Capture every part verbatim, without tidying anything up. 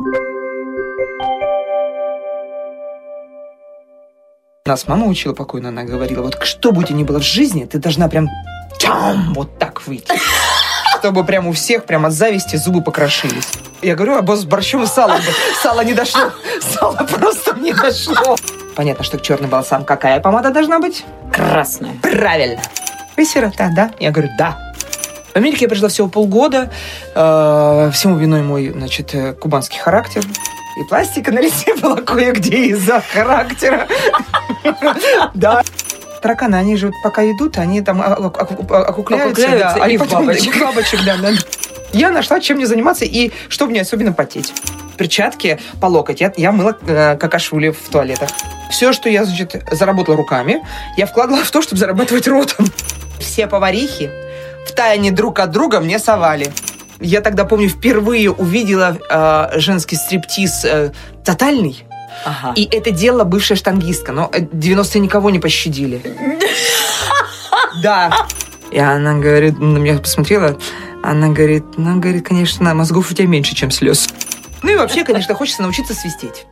Нас мама учила покойно, она говорила, вот что бы у тебя ни было в жизни, ты должна прям чам, вот так выйти. Чтобы прям у всех прям от зависти зубы покрошились. Я говорю, а с борщом и салом. Сало не дошло. Сало просто не дошло. Понятно, что к черным волосам какая помада должна быть? Красная. Правильно. Вы сирота, да? Я говорю, да. В Америке я прожила всего полгода. Э, всему виной мой, значит, кубанский характер. И пластика на лице была кое-где из-за характера. Да. Тараканы, они же пока идут, они там окукляются. Да, и в бабочек. бабочек, да, да. Я нашла, чем мне заниматься, и чтобы не особенно потеть. Перчатки по локоть. Я, я мыла э, какашули в туалетах. Все, что я, значит, заработала руками, я вкладывала в то, чтобы зарабатывать ротом. Все поварихи втайне друг от друга мне совали. Я тогда, помню, впервые увидела э, женский стриптиз э, тотальный. Ага. И это делала бывшая штангистка. Но девяностые никого не пощадили. Да. И она говорит, на меня посмотрела, она говорит, ну, говорит, конечно, мозгов у тебя меньше, чем слез. Ну и вообще, конечно, хочется научиться свистеть.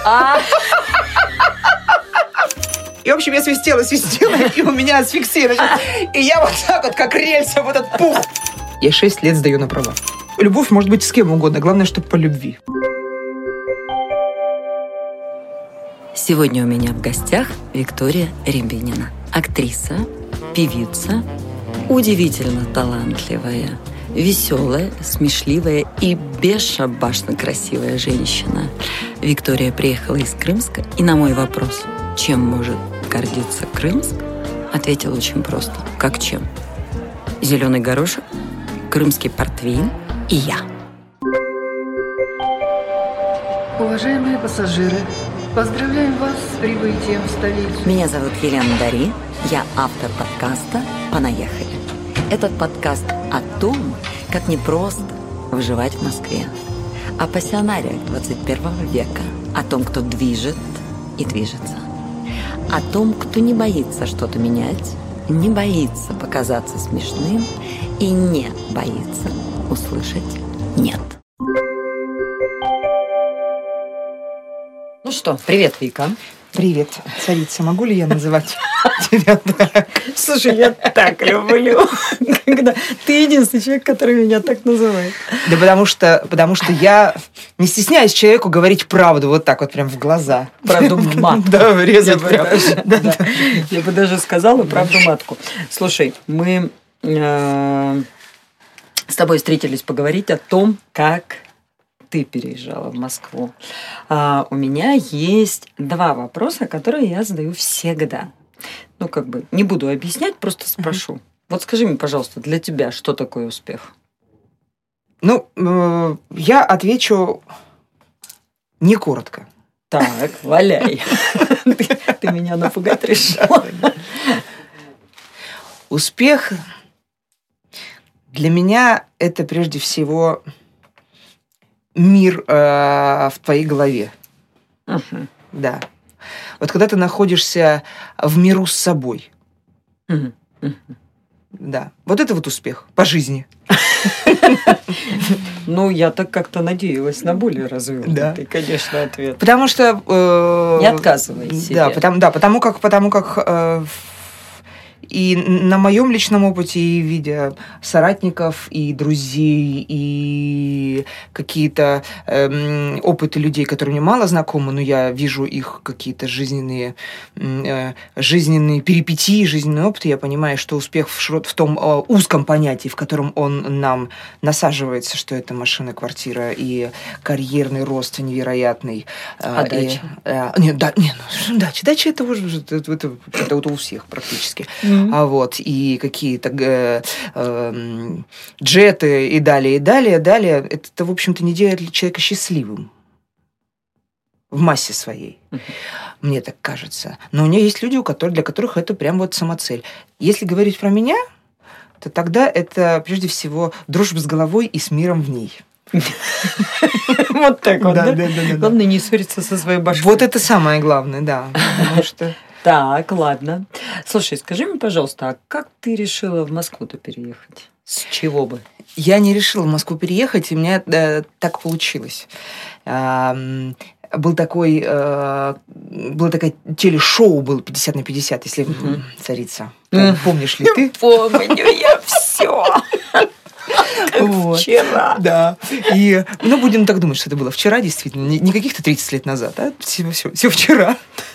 И, в общем, я свистела, свистела, и у меня асфиксия. И я вот так вот, как рельса, вот этот пух. Я шесть лет сдаю на права. Любовь может быть с кем угодно, главное, чтобы по любви. Сегодня у меня в гостях Виктория Рябинина. Актриса, певица, удивительно талантливая, веселая, смешливая и бесшабашно красивая женщина. Виктория приехала из Крымска, и на мой вопрос, чем может гордиться Крымск, ответила очень просто. Как чем? Зеленый горошек, крымский портвейн и я. Уважаемые пассажиры, поздравляем вас с прибытием в столицу. Меня зовут Елена Дари, я автор подкаста «Понаехали». Этот подкаст о том, как непросто выживать в Москве, о пассионариях двадцать первого века, о том, кто движет и движется, о том, кто не боится что-то менять, не боится показаться смешным и не боится услышать «нет». Ну что, привет, Вика. Привет, царица. Могу ли я называть тебя так? Слушай, я так люблю, когда ты единственный человек, который меня так называет. Да потому что, потому что я не стесняюсь человеку говорить правду вот так вот прям в глаза. Правду матку. Да, резать я, прям. бы даже, да, да. я бы даже сказала правду матку. Слушай, мы э, с тобой встретились поговорить о том, как ты переезжала в Москву. А, у меня есть два вопроса, которые я задаю всегда. Ну, как бы, не буду объяснять, просто спрошу. Uh-huh. Вот скажи мне, пожалуйста, для тебя что такое успех? Ну, э, я отвечу не коротко. Так, валяй. Ты меня напугать решила. Успех для меня это прежде всего мир э, в твоей голове. Uh-huh. Да. Вот когда ты находишься в миру с собой. Uh-huh. Uh-huh. Да. Вот это вот успех по жизни. Ну, я так как-то надеялась на более развернутый, конечно, ответ. Потому что... Не отказывай себе. Да, потому, да, потому как... Потому как и на моем личном опыте, и видя соратников, и друзей, и какие-то э, опыты людей, которые мне мало знакомы, но я вижу их какие-то жизненные, э, жизненные перипетии, жизненный опыт, и я понимаю, что успех в, широт, в том э, узком понятии, в котором он нам насаживается, что это машина, квартира и карьерный рост невероятный. А э, дача? Э, э, нет, да, нет, ну, дача, дача это уже это, это, это, это вот у всех практически. Mm-hmm. А вот, и какие-то э, э, джеты и далее, и далее, далее. Это, в общем-то, не делает человека счастливым в массе своей. Mm-hmm. Мне так кажется. Но у меня есть люди, у которых, для которых это прям вот самоцель. Если говорить про меня, то тогда это, прежде всего, дружба с головой и с миром в ней. Вот так вот, да? Главное не ссориться со своей башкой. Вот это самое главное, да. Потому что... Так, ладно. Слушай, скажи мне, пожалуйста, а как ты решила в Москву-то переехать? С чего бы? я не решила в Москву переехать, и у меня э, так получилось. Э, был такой, э, было такое телешоу, было пятьдесят на пятьдесят, если mm-hmm. царица. Mm-hmm. Помнишь ли ты? Помню я все. Вот. Вчера. Да. И, ну, будем так думать, что это было вчера, действительно. Не, не каких-то тридцать лет назад, а все, все, все вчера.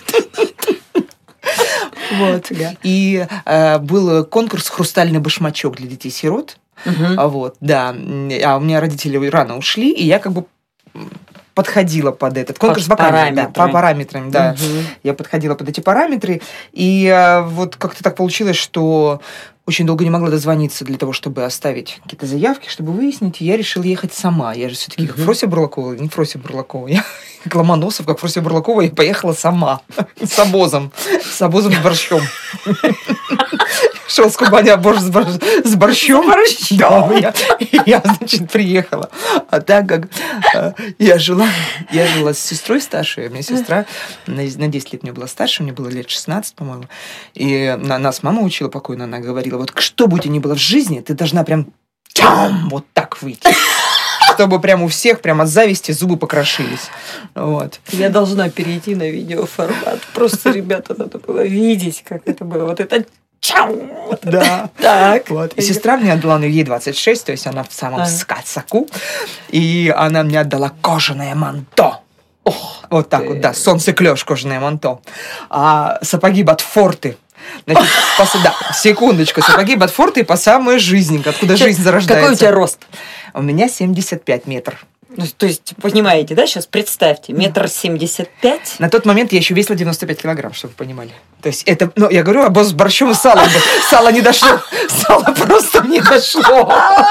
Вот. И э, был конкурс «Хрустальный башмачок» для детей-сирот. Uh-huh. Вот, да. А у меня родители рано ушли, и я как бы подходила под этот конкурс по параметрам. Да, по параметрам, да. Uh-huh. Я подходила под эти параметры. И э, вот как-то так получилось, что очень долго не могла дозвониться для того, чтобы оставить какие-то заявки, чтобы выяснить. И я решила ехать сама. Я же все-таки uh-huh. как Фрося Бурлакова, не Фрося Бурлакова. Я как Ломоносов, как Фрося Бурлакова, я поехала сама. С обозом. С обозом с борщом. Шел с Кубани борщ с, борщ, с борщом. Да, я, я, значит, приехала. А так как э, я жила, я жила с сестрой старшей, у меня сестра на, на десять лет мне была старше, мне было лет шестнадцать, по-моему. И на, нас мама учила покойно, она говорила, вот что бы у тебя ни было в жизни, ты должна прям тям, вот так выйти. Чтобы прям у всех прям от зависти зубы покрошились. Вот. Я должна перейти на видеоформат. Просто, ребята, надо было видеть, как это было. Вот это чау! Да. Так. Вот. И сестра мне отдала, ну, ей двадцать шесть, то есть она в самом а. соку. И она мне отдала кожаное манто. Ох, вот так ты. Вот, да, солнцеклёш, кожаное манто. А сапоги Ботфорты. Значит, по, да, секундочку, сапоги Ботфорты по самой жизни, откуда жизнь зарождается. Какой у тебя рост? У меня семьдесят пять метров. Ну, то есть, понимаете, да, сейчас представьте, метр семьдесят пять. На тот момент я еще весила девяносто пять килограмм, чтобы вы понимали. То есть это, ну, я говорю, обоз с борщом и салом. Сало не дошло. Сало просто не дошло.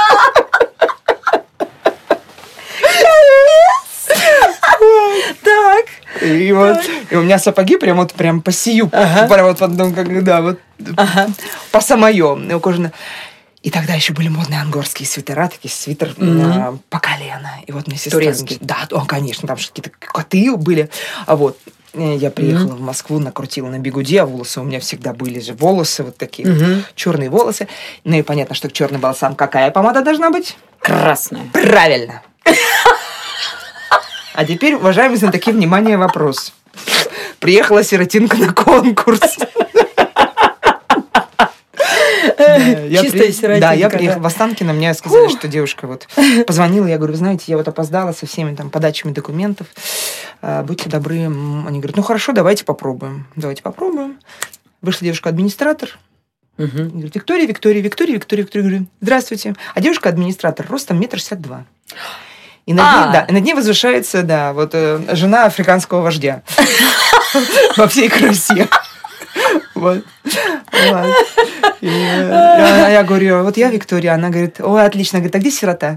Так. И вот, и у меня сапоги прям вот прям по сию, ага. прям вот, вот, как, да, вот, ага. по самое, кожаное. И тогда еще были модные ангорские свитера, такие свитер mm-hmm. по колено. И вот мне сестра... Турецкий. Да, о, конечно, там какие-то коты были. А вот я приехала mm-hmm. в Москву, накрутила на бигуди, а волосы у меня всегда были же волосы вот такие, mm-hmm. вот, черные волосы. Ну и понятно, что к черный балсам какая помада должна быть? Красная. Правильно. А теперь, уважаемые знатоки, внимание, вопрос. Приехала сиротинка на конкурс. Чистая сиротинка. Да, я приехала в Останкино, мне сказали, что девушка вот позвонила, я говорю, вы знаете, я вот опоздала со всеми там подачами документов, будьте добры. Они говорят, ну хорошо, давайте попробуем. Давайте попробуем. Вышла девушка-администратор. Угу. Говорит, Виктория, Виктория, Виктория, Виктория, Виктория. Говорю, здравствуйте. А девушка-администратор ростом метр шестьдесят два. И над ней, да, над ней возвышается, да, вот э, жена африканского вождя во всей красе. Вот. Я говорю, вот я Виктория. Она говорит, ой, отлично. Говорит, а где сирота?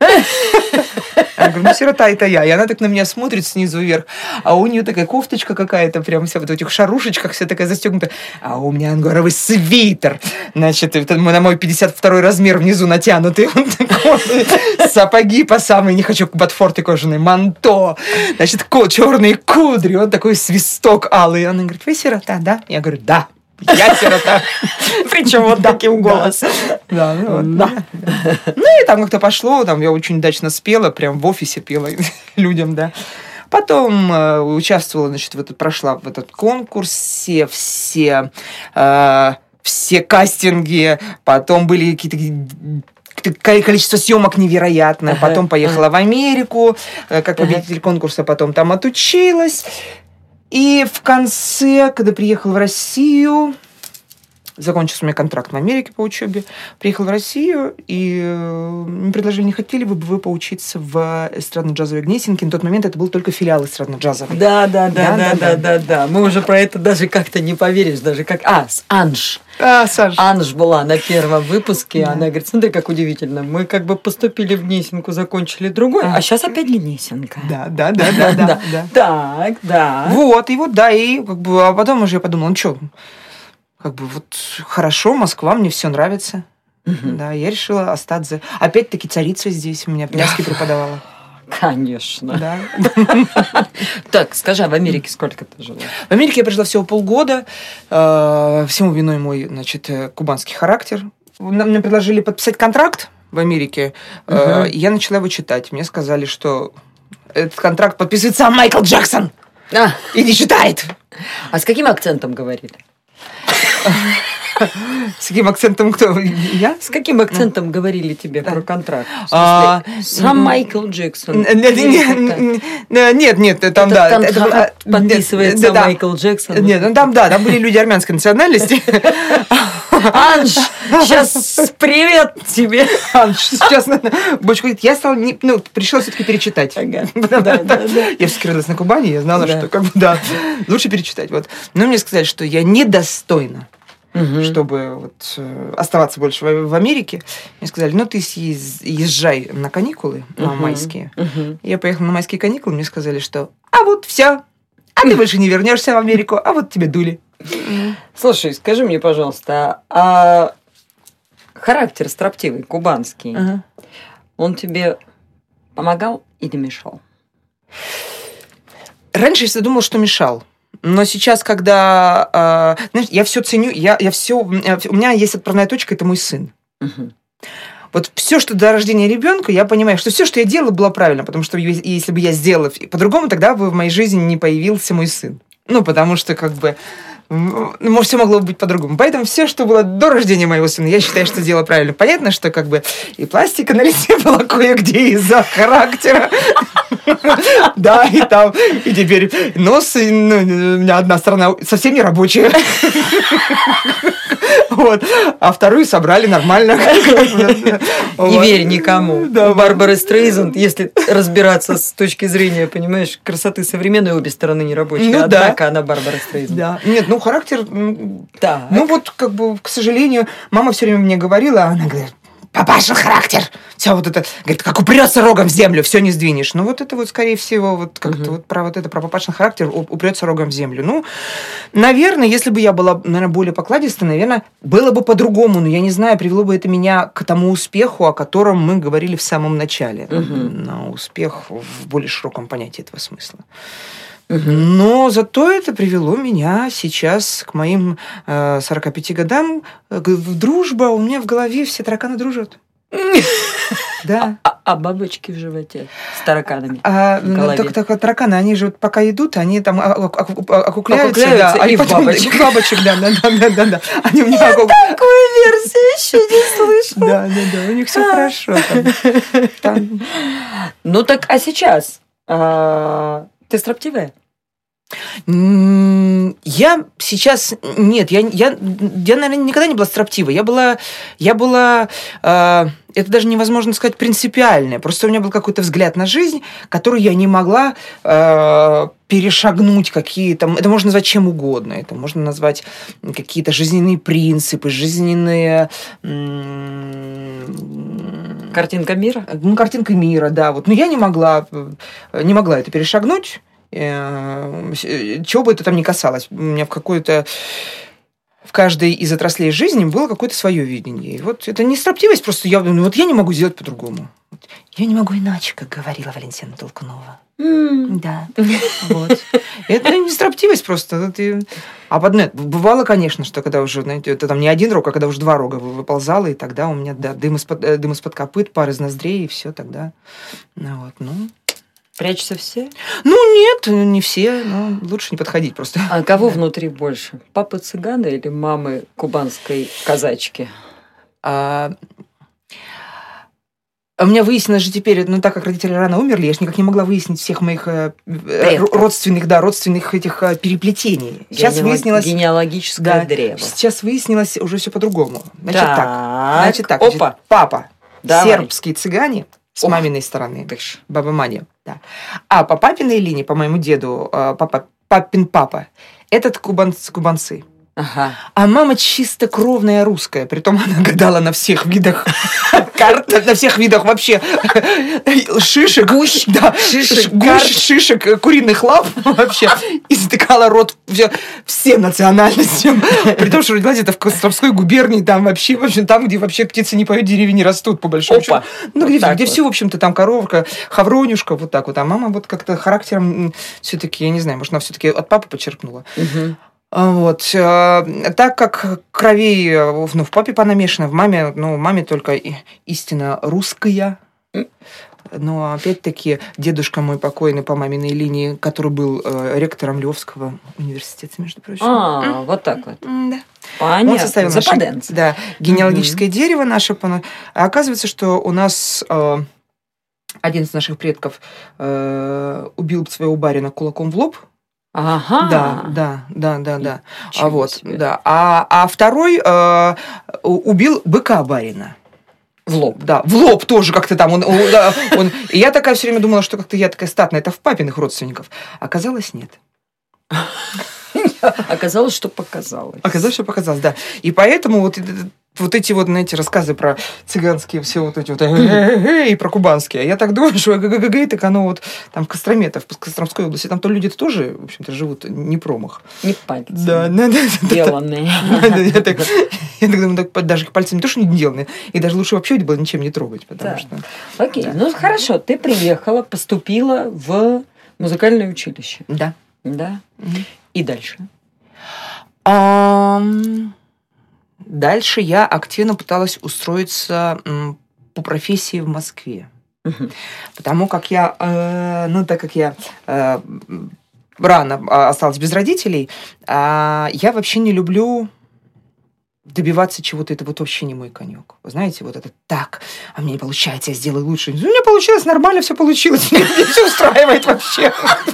Я говорю, ну сирота это я. И она так на меня смотрит снизу вверх. А у нее такая кофточка какая-то, прям вся вот в этих шарушечках, вся такая застегнутая. А у меня ангоровый свитер. Значит, это на мой пятьдесят второй размер внизу натянутый. Сапоги по самой, не хочу, ботфорты кожаные, манто. Значит, черные кудри. Вот такой свисток алый. Она говорит, вы сирота, да? Я говорю, да. Я сирота. Причем вот таким голосом. Да, ну вот. Да. Ну и там как-то пошло, там я очень удачно спела, прям в офисе пела людям, да. Потом э, участвовала, значит, в этот, прошла в этот конкурс, все, все, э, все кастинги, потом были какие-то количество съемок невероятное, ага, потом поехала ага. в Америку, как победитель ага. конкурса, потом там отучилась. И в конце, когда приехала в Россию, закончился у меня контракт в Америке по учебе, приехал в Россию, и мне предложили, не хотели бы вы поучиться в эстрадно-джазовой Гнесинке. На тот момент это был только филиал эстрадно-джазовый. Да, да, да, да, да, да, да, да. Мы уже про это даже как-то не поверишь, даже как... А, с Анж. А, Саш. Анж была на первом выпуске, да. Она говорит, смотри, как удивительно, мы как бы поступили в Гнесинку, закончили другой, а, а сейчас опять Гнесинка. Да, да, да, да, да, да. Так, да. Вот, и вот, да, и как бы, а потом уже я подумала, ну что, как бы вот хорошо, Москва, мне все нравится. Да, я решила остаться. Опять-таки царица здесь у меня пляски преподавала. Конечно. Да. Так, скажи, а в Америке сколько ты жила? В Америке я прожила всего полгода. Всему виной мой, значит, кубанский характер. Нам мне предложили подписать контракт в Америке. Угу. Э, я начала его читать. Мне сказали, что этот контракт подписывает сам Майкл Джексон. А. И не читает. А с каким акцентом говорили? С каким акцентом кто? Я? С каким акцентом говорили тебе про контракт? В смысле, А, сам Майкл Джексон. Нет, нет, там, да. Контракт подписывает сам Майкл Джексон. Нет, ну там, да, там были люди армянской национальности. Анж, сейчас привет тебе. Анж, сейчас бочку говорит, я стала, ну, решила все-таки перечитать. Ага. Да, да, да. Я вскрылась на Кубани, я знала, Да. что как бы, да, лучше перечитать. Вот. Но мне сказали, что я недостойна, Мгм. чтобы вот, э, оставаться больше в, в Америке. Мне сказали, ну, ты съез- езжай на каникулы, на Мгм. майские. Мгм. Я поехала на майские каникулы, мне сказали, что а вот все, а ты больше не вернешься в Америку, а вот тебе дули. Слушай, скажи мне, пожалуйста, а характер строптивый, кубанский, Ага. он тебе помогал или мешал? Раньше я всегда думала, что мешал. Но сейчас, когда... э, знаешь, я все ценю, я, я все... У меня есть отправная точка, это мой сын. Мгм. Вот все, что до рождения ребенка, я понимаю, что все, что я делала, было правильно, потому что е- если бы я сделала по-другому, тогда бы в моей жизни не появился мой сын. Ну, потому что как бы... м, ну, может, все могло бы быть по-другому. Поэтому все, что было до рождения моего сына, я считаю, что делала правильно. Понятно, что как бы и пластика на лице была кое-где из-за характера. Да, и там, и теперь нос, и, ну, у меня одна сторона совсем не рабочая. Вот. А вторую собрали нормально. Не верь никому. Да, У Барбары Стрейзанд, если разбираться с точки зрения, понимаешь, красоты современной, обе стороны нерабочие. Ну да. Однако она Барбара Стрейзанд. Да. Нет, ну характер, м, Так. ну вот как бы, к сожалению, мама все время мне говорила, она говорит, папаша характер, все вот это, говорит, как упрется рогом в землю, все не сдвинешь. Ну вот это вот, скорее всего, вот как-то Мгм. вот про вот это, про папашин характер у- упрется рогом в землю. Ну, наверное, если бы я была, наверное, более покладистой, наверное, было бы по-другому, но я не знаю, привело бы это меня к тому успеху, о котором мы говорили в самом начале. Мгм. На успех в более широком понятии этого смысла. Мгм. Но зато это привело меня сейчас к моим э, сорока пяти годам. э, г- в дружба, у меня в голове все тараканы дружат. Да. А, а бабочки в животе с тараканами. А, в ну, голове. так, так вот тараканы, они же вот пока идут, они там а- а- а- а- окукляются, Окукляются да, и а в потом бабочек. в бабочек, да, да, да, да, да, да. Они у меня оку- Такую версию еще не слышала. да, да, да, у них все хорошо. там. Там. Ну так, а сейчас? А, ты строптивая? М, Я сейчас... Нет, я, я, я, наверное, никогда не была строптивой. Я была... Я была э, это даже невозможно сказать принципиальная. Просто у меня был какой-то взгляд на жизнь, который я не могла э, перешагнуть какие-то... Это можно назвать чем угодно. Это можно назвать какие-то жизненные принципы, жизненные... м, Картинка мира? ну, картинка мира, да. Вот. Но я не могла, э, не могла это перешагнуть. Э, с- Чего бы это там ни касалось. У меня в какой-то... В каждой из отраслей жизни было какое-то свое видение. И вот это не строптивость, просто я, ну, вот я не могу сделать по-другому. Вот. Я не могу иначе, как говорила Валентина Толкунова. Да. Вот. Это не строптивость просто. Это ты- А под- нет, бывало, конечно, что когда уже, знаете, это там не один рог, а когда уже два рога вы- выползало, и тогда у меня, да, дым из-под, э, дым из-под копыт, пар из ноздрей, и все тогда. Ну, вот, ну. Прячутся все? ну, нет, не все, но лучше не подходить просто. А кого внутри больше? Папы цыгана или мамы кубанской казачки? А, у меня выяснилось же теперь, ну, так как родители рано умерли, я же никак не могла выяснить всех моих э, э, Предков. родственных, да, родственных этих э, переплетений. Сейчас Генеалог- выяснилось... Генеалогическое Да, древо. сейчас выяснилось уже все по-другому. Значит так. Так, Значит так. значит, опа. папа. Давай. Сербские цыгане с Ох. маминой стороны. Тыш. Баба Маня. Да. А по папиной линии, по моему деду, э, папа, папин папа, этот кубанцы, кубанцы. Ага. А мама чистокровная русская, притом она гадала на всех видах карт, на всех видах вообще шишек. Гущ. Да, Шишек, ш- гущ, карт. шишек, куриных лап вообще. И затыкала рот все, всем национальностям. При том, что родилась где-то в Костромской губернии, там вообще, в общем, там, где вообще птицы не поют, деревья не растут, по большому счету. Опа. Ну, Вот где, так где вот. все, в общем-то, там коровка, хавронюшка, вот так вот. А мама вот как-то характером все-таки, я не знаю, может, она все-таки от папы почерпнула. Мгм. Вот. Так как кровей, ну, в папе понамешано, в маме, ну, маме только истинно русская. Но, опять-таки, дедушка мой покойный по маминой линии, который был э, ректором Львовского университета, между прочим. А, mm. вот так вот. Mm, да. Понятно. Он составил наше, да, генеалогическое mm-hmm. дерево наше. А оказывается, что у нас э, один из наших предков э, убил своего барина кулаком в лоб. Ага. Да, да, да, да, да. А вот, да. А, а второй э, убил быка барина. В лоб. Да, в лоб тоже как-то там. Он, он, да, он... И я такая все время думала, что как-то я такая статная. Это в папиных родственников. Оказалось, нет. Оказалось, что показалось. Оказалось, что показалось, да. И поэтому вот, вот эти вот, знаете, рассказы про цыганские все вот эти вот и про кубанские. Я так думаю, что ГГГ, так оно вот там в Костроме, в Костромской области, там то люди тоже, в общем-то, живут не промах. Не пальцы. Да, да, да. Деланные. Я так думаю, даже пальцами тоже не деланные. И даже лучше вообще было ничем не трогать, потому что... Окей, ну хорошо, ты приехала, поступила в музыкальное училище. Да. Да. И дальше? Um, дальше я активно пыталась устроиться м, по профессии в Москве. Uh-huh. Потому как я, э, ну, так как я э, рано осталась без родителей, э, я вообще не люблю добиваться чего-то, это вот вообще не мой конек. Вы знаете, вот это так, а мне не получается, я сделаю лучше. Ну, у меня получилось нормально, все получилось. Меня все устраивает вообще.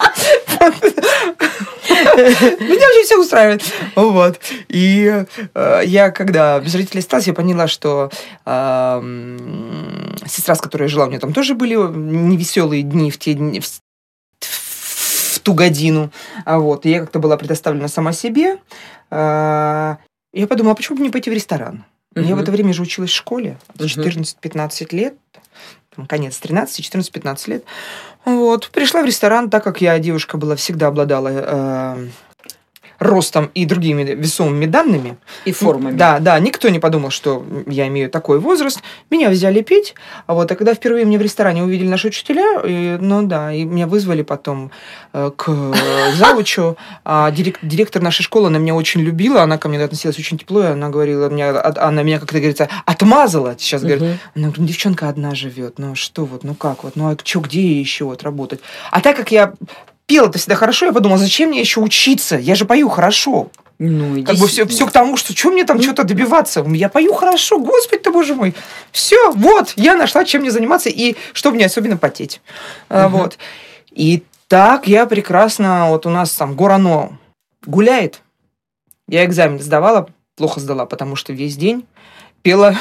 Меня вообще все устраивает. Вот. И э, я, когда без родителей осталась, я поняла, что э, сестра, с которой я жила, у нее там тоже были невеселые дни в те дни, в, в, в ту годину. Вот. И я как-то была предоставлена сама себе. Э, я подумала, почему бы не пойти в ресторан? Uh-huh. Я в это время же училась в школе. четырнадцать-пятнадцать лет. Конец тринадцать, четырнадцать, пятнадцать лет. Вот. Пришла в ресторан, так как я девушка была, всегда обладала э, ростом и другими весомыми данными. И формами. Да, да. Никто не подумал, что я имею такой возраст. Меня взяли петь. А вот, а когда впервые меня в ресторане увидели наши учителя, и, ну да, и меня вызвали потом э, к завучу. А дирек, директор нашей школы, она меня очень любила, она ко мне относилась очень тепло, и она говорила, меня, она меня, как это говорится, отмазала. Сейчас говорит, uh-huh. она говорит, девчонка одна живет, ну что вот, ну как вот, ну а что, где ей еще вот работать? А так как я пела-то всегда хорошо, я подумала, зачем мне еще учиться? Я же пою хорошо. Ну, как бы все, все к тому, что что мне там что-то добиваться? Я пою хорошо, господи ты, боже мой. Все, вот, я нашла, чем мне заниматься, и чтобы не особенно потеть. Uh-huh. Вот. И так я прекрасно, вот у нас там Горано гуляет. Я экзамен сдавала, плохо сдала, потому что весь день пела...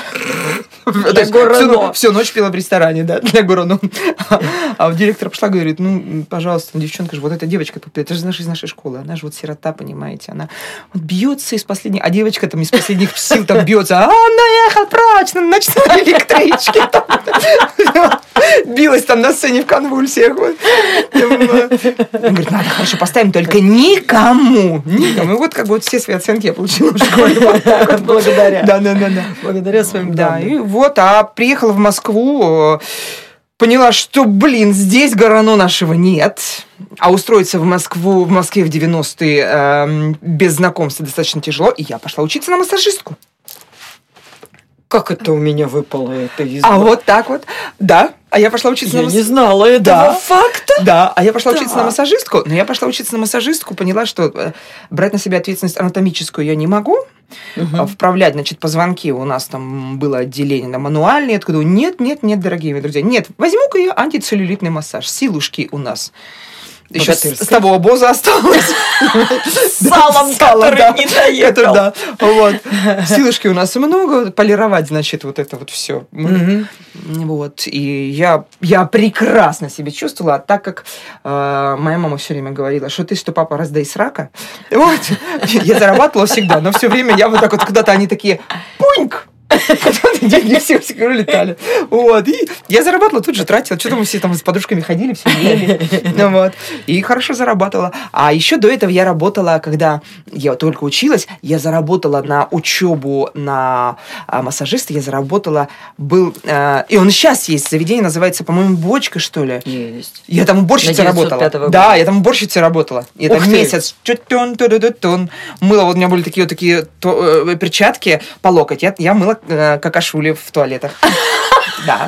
Всю, всю ночь пела в ресторане, да, для Горано. А, а директор пошла, говорит, ну, пожалуйста, девчонка же, вот эта девочка, это же из нашей школы, она же вот сирота, понимаете, она вот бьется из последних, а девочка там из последних сил там бьется, а она ехала прочь на ночной электричке. Билась там на сцене в конвульсиях. Вот. Он говорит, надо хорошо поставим, только никому. Никому. И вот как бы вот все свои оценки я получила в школе. Благодаря. Да, да, да, да. Благодаря своим да. И вот, а приехала в Москву, поняла, что, блин, здесь Горано нашего нет. А устроиться в Москву, в Москве в девяностые э, без знакомства достаточно тяжело. И я пошла учиться на массажистку. Как это у меня выпало это из... А вот так вот, да. А я пошла учиться я на массажистку. Я не знала этого да. факта. Да, а я пошла да. учиться на массажистку. Но я пошла учиться на массажистку, поняла, что брать на себя ответственность анатомическую я не могу. Угу. Вправлять, значит, позвонки. У нас там было отделение на мануальные. Откуда? Нет, нет, нет, дорогие мои друзья. Нет, возьму-ка я антицеллюлитный массаж. Силушки у нас. Еще с, с того обоза осталось. С салом, который не доехал. Да, вот. Силушки у нас много. Полировать, значит, вот это вот все. Вот. И я прекрасно себя чувствовала, так как моя мама все время говорила, что ты, что папа, раздай срака. Вот. Я зарабатывала всегда, но все время я вот так вот, когда-то они такие, пуньк, Деньги все все улетали. Вот. И я зарабатывала, тут же тратила. Что-то мы все там с подружками ходили, все ели. Вот. И хорошо зарабатывала. А еще до этого я работала, когда я только училась, я заработала на учебу на массажиста, я заработала, был... И он сейчас есть, заведение называется, по-моему, «Бочка», что ли? Есть. Я там уборщицей работала. Да, я там уборщицей работала. И это месяц. Мыла, вот у меня были такие вот такие перчатки по локоть. Я, я мыла э, какашули в туалетах. Да.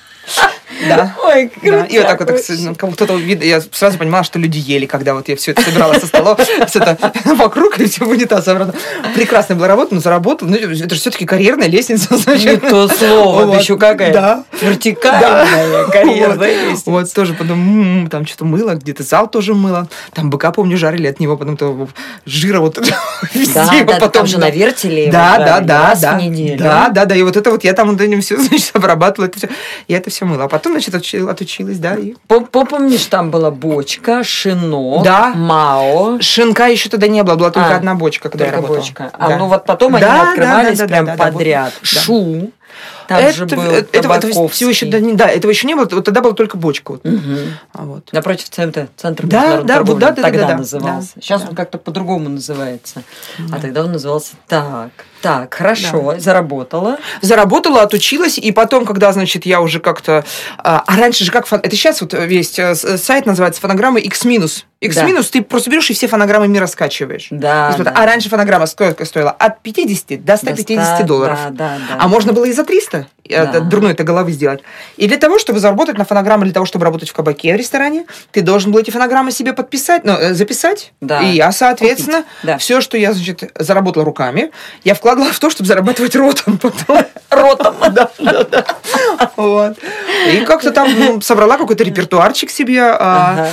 Да. Ой, круто. И вот так вот, ну, кто-то видит, я сразу понимала, что люди ели, когда вот я все это собирала со стола, все это вокруг, и все в унитаз обратно. Прекрасная была работа, но заработала. Ну, это же все-таки карьерная лестница. Не то слово, вот. еще какая. Да. Вертикальная да. карьерная вот. лестница. Вот, тоже потом, м-м, там что-то мыло, где-то зал тоже мыло. Там быка, помню, жарили от него, потом то жира вот везде. Да, вот да, потом там же на вертеле да, его да, да, раз да, в неделю. Да, да, да, и вот это вот я там вот этим все, значит, обрабатывала, это все. Я это все мыла. А потом, значит, отучилась, да. И... Помнишь, там была бочка, шино, да. мао. Шинка еще тогда не было, была только а, одна бочка, когда я работала. Бочка. Да. А ну вот потом они да, открывались да, да, прям да, да, подряд. Да. Шу. Там это, же был это, это все еще, да, да, этого еще не было, вот тогда была только бочка. Вот. Угу. А вот. Напротив центра, центра да, международной да, торговли. да, да, тогда да, да, назывался. Да, Сейчас да. он как-то по-другому называется. Да. А тогда он назывался так. Так, хорошо, да. Заработала. Заработала, отучилась, и потом, когда, значит, я уже как-то... А, а раньше же как... Фон... Это сейчас вот есть сайт, называется «Фонограммы X-». X-, да. Ты просто берешь и все фонограммы мира скачиваешь. Да, да. А раньше фонограмма сколько стоила? От пятидесяти до ста пятидесяти долларов. Да, да, да, а да. можно было и за триста да. дурной-то головы сделать. И для того, чтобы заработать на фонограммы, для того, чтобы работать в кабаке, в ресторане, ты должен был эти фонограммы себе подписать, ну, записать. Да. И я, соответственно, да. все, что я, значит, заработала руками, я вкладывала в то, чтобы зарабатывать ротом. Ротом. Да, да, да. Вот. И как-то там собрала какой-то репертуарчик себе. Ага.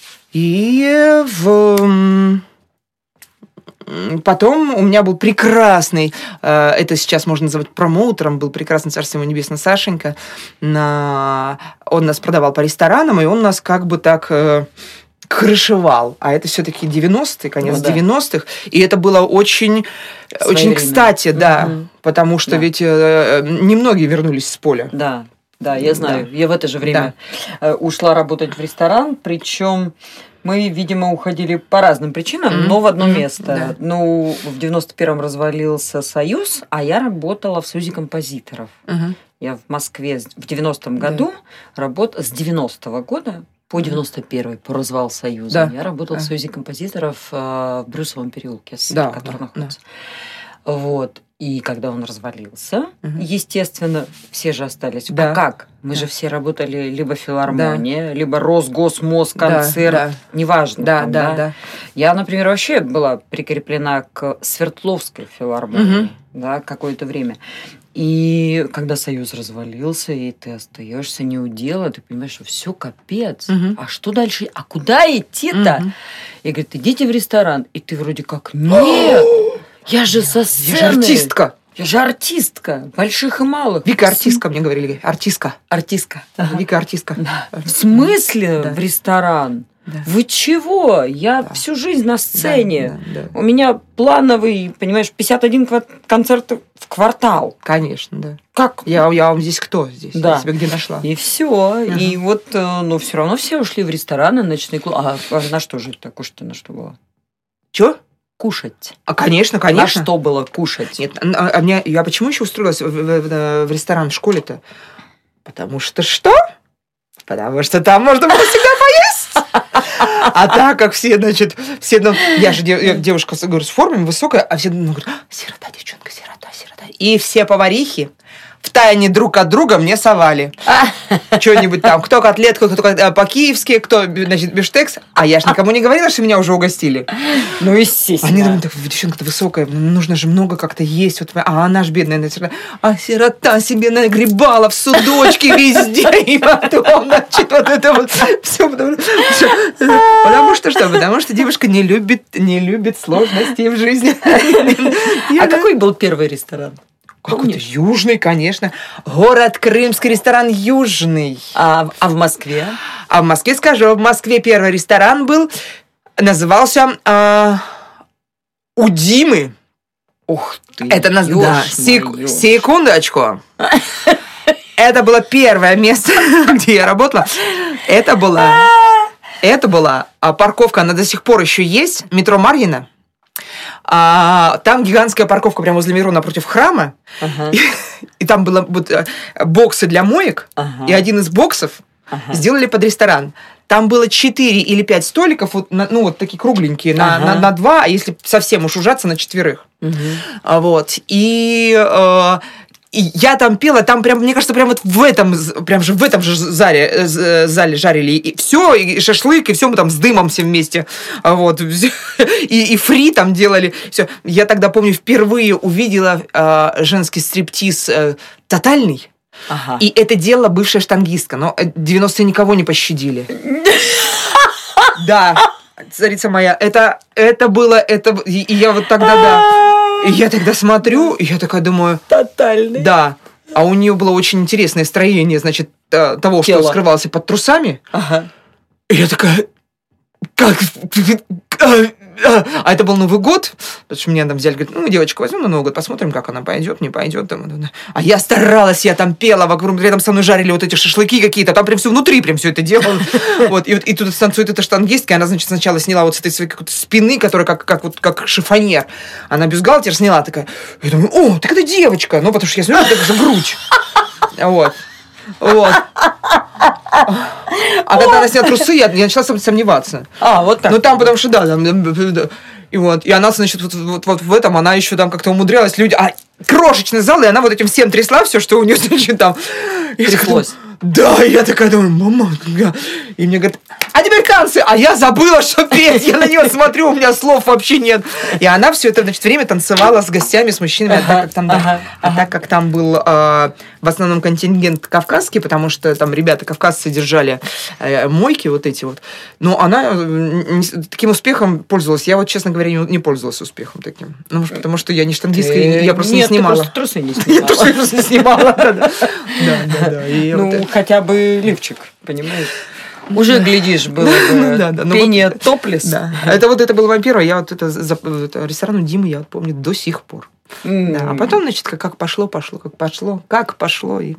И в... потом у меня был прекрасный, это сейчас можно называть промоутером, был прекрасный, царство его небесное, Сашенька. На... Он нас продавал по ресторанам, и он нас как бы так... крышевал, а это все-таки девяностые, конец ну, да. девяностых, и это было очень, очень кстати, да, угу. потому что да. ведь э, немногие вернулись с поля. Да, да, я знаю, да. я в это же время да. ушла работать в ресторан, причем мы, видимо, уходили по разным причинам, mm-hmm. но в одно mm-hmm. место. Да. Ну, в девяносто первом развалился Союз, а я работала в Союзе композиторов. Mm-hmm. Я в Москве в девяностом году да. работала, с девяностого года по девяносто первый, по развал Союза. Да. Я работала да. в Союзе композиторов э, в Брюсовом переулке, да, который да, находится. Да. Вот. И когда он развалился, угу. естественно, все же остались. Да. А как? Мы да. же все работали либо филармония, да. либо Росгосмосконцерт, да, да. неважно. Да, там, да, да. да. Я, например, вообще была прикреплена к Свердловской филармонии угу. да, какое-то время. И когда Союз развалился, и ты остаешься не у дела, ты понимаешь, что все капец. Угу. А что дальше? А куда идти-то? Угу. И говорит, идите в ресторан. И ты вроде как, нет, я же со сцены. Я же артистка. Я же артистка, больших и малых. Вика артистка, мне говорили. Артистка. Артистка. Ага. Вика артистка. Да. В смысле да. в ресторан? Да. Вы чего? Я да. всю жизнь на сцене. Да, да, да. У меня плановый, понимаешь, пятьдесят один концерт в квартал. Конечно, да. Как? Я, я вам здесь кто здесь? Да. Я тебя где нашла? И все. Ага. И вот, ну, все равно все ушли в рестораны, ночные клубы. А, а на что же это кушать-то на что было? Чё? Кушать. А, конечно, конечно. На что было кушать? Нет, а, а меня, я почему еще устроилась в, в, в, в ресторан в школе-то? Потому что что? Потому что там можно было всегда поесть. А так как все, значит, все, ну, я же я девушка, говорю, с формами высокая, а все ну, говорят, сирота, девчонка, сирота, сирота. И все поварихи втайне друг от друга мне совали. Что-нибудь там, кто котлетку, кто по-киевски, кто, значит, бифштекс. А я же никому не говорила, что меня уже угостили. Ну, естественно. Они думают, девчонка-то высокая, нужно же много как-то есть. Вот, а она ж бедная, а сирота себе нагребала в судочки везде. И потом, значит, вот это вот все. Потому, потому что что? Потому что девушка не любит, не любит сложностей в жизни. А какой был первый ресторан? Как это? Южный, конечно. Город Крымский, ресторан Южный. А, а в Москве? А в Москве, скажу, в Москве первый ресторан был, назывался а, у Димы. Ух ты, Это нас... Да, сек... секундочку. Это было первое место, где я работала. Это была... Это была парковка, она до сих пор еще есть, метро Марьино. А, там гигантская парковка прямо возле метро напротив храма. Ага. И, и там были вот, боксы для моек. Ага. И один из боксов ага. сделали под ресторан. Там было четыре или пять столиков, вот, ну, вот такие кругленькие, ага. на, на, на два, а если совсем уж ужаться, на четверых. Угу. Вот. И... Э, И я там пела, там прям, мне кажется, прям вот в этом, прям же в этом же зале, зале жарили и все, и шашлык, и все мы там с дымом все вместе, вот, и, и фри там делали, все. Я тогда, помню, впервые увидела э, женский стриптиз э, тотальный, ага. и это делала бывшая штангистка, но девяностые никого не пощадили. Да, царица моя, это, это было, это, и я вот тогда, да. И я тогда смотрю, и я такая думаю... Тотальный. Да. А у нее было очень интересное строение, значит, того, Тело. Что скрывался под трусами. Ага. И я такая... Как... А это был Новый год, потому что меня там взяли, говорят, ну, девочку возьмем на Новый год, посмотрим, как она пойдет, не пойдет. А я старалась, я там пела, вокруг, рядом со мной жарили вот эти шашлыки какие-то, там прям все внутри прям все это делала. Вот, и, и тут танцует эта штангистка, она, значит, сначала сняла вот с этой своей какой-то спины, которая как, как, вот, как шифоньер. Она бюстгальтер сняла такая. Я думаю, о, так это девочка. Ну, потому что я смотрю, это же грудь. Вот. Вот. А когда она сняла трусы, я, я начала сомневаться. А, вот так. Ну, там, потому что, да, там, и вот. И она, значит, вот, вот, вот в этом, она еще там как-то умудрялась, люди... А, крошечный зал, и она вот этим всем трясла все, что у нее, значит, там... Тряслось. Да, и я такая думаю, мама... И мне говорят, а теперь танцы! А я забыла, что петь. Я на нее смотрю, у меня слов вообще нет. И она все это, значит, время танцевала с гостями, с мужчинами. Ага, а так как там, ага, да, ага. а так как там был э, в основном контингент кавказский, потому что там ребята кавказцы держали э, мойки вот эти вот. Но она э, таким успехом пользовалась. Я вот, честно говоря, не, не пользовалась успехом таким. Ну, потому что я не штангистка, я просто нет, не снимала. Нет, ты просто трусы не снимала. Нет, трусы просто не снимала. Да, да, да. Ну, хотя бы лифчик, понимаешь? Уже, глядишь, было бы ну, да, да. пение вот, топлес. Да. Это вот это было вампира. Я вот это, это ресторан у Димы я вот помню до сих пор. Mm. Да. А потом, значит, как, как пошло, пошло, как пошло, как пошло. И...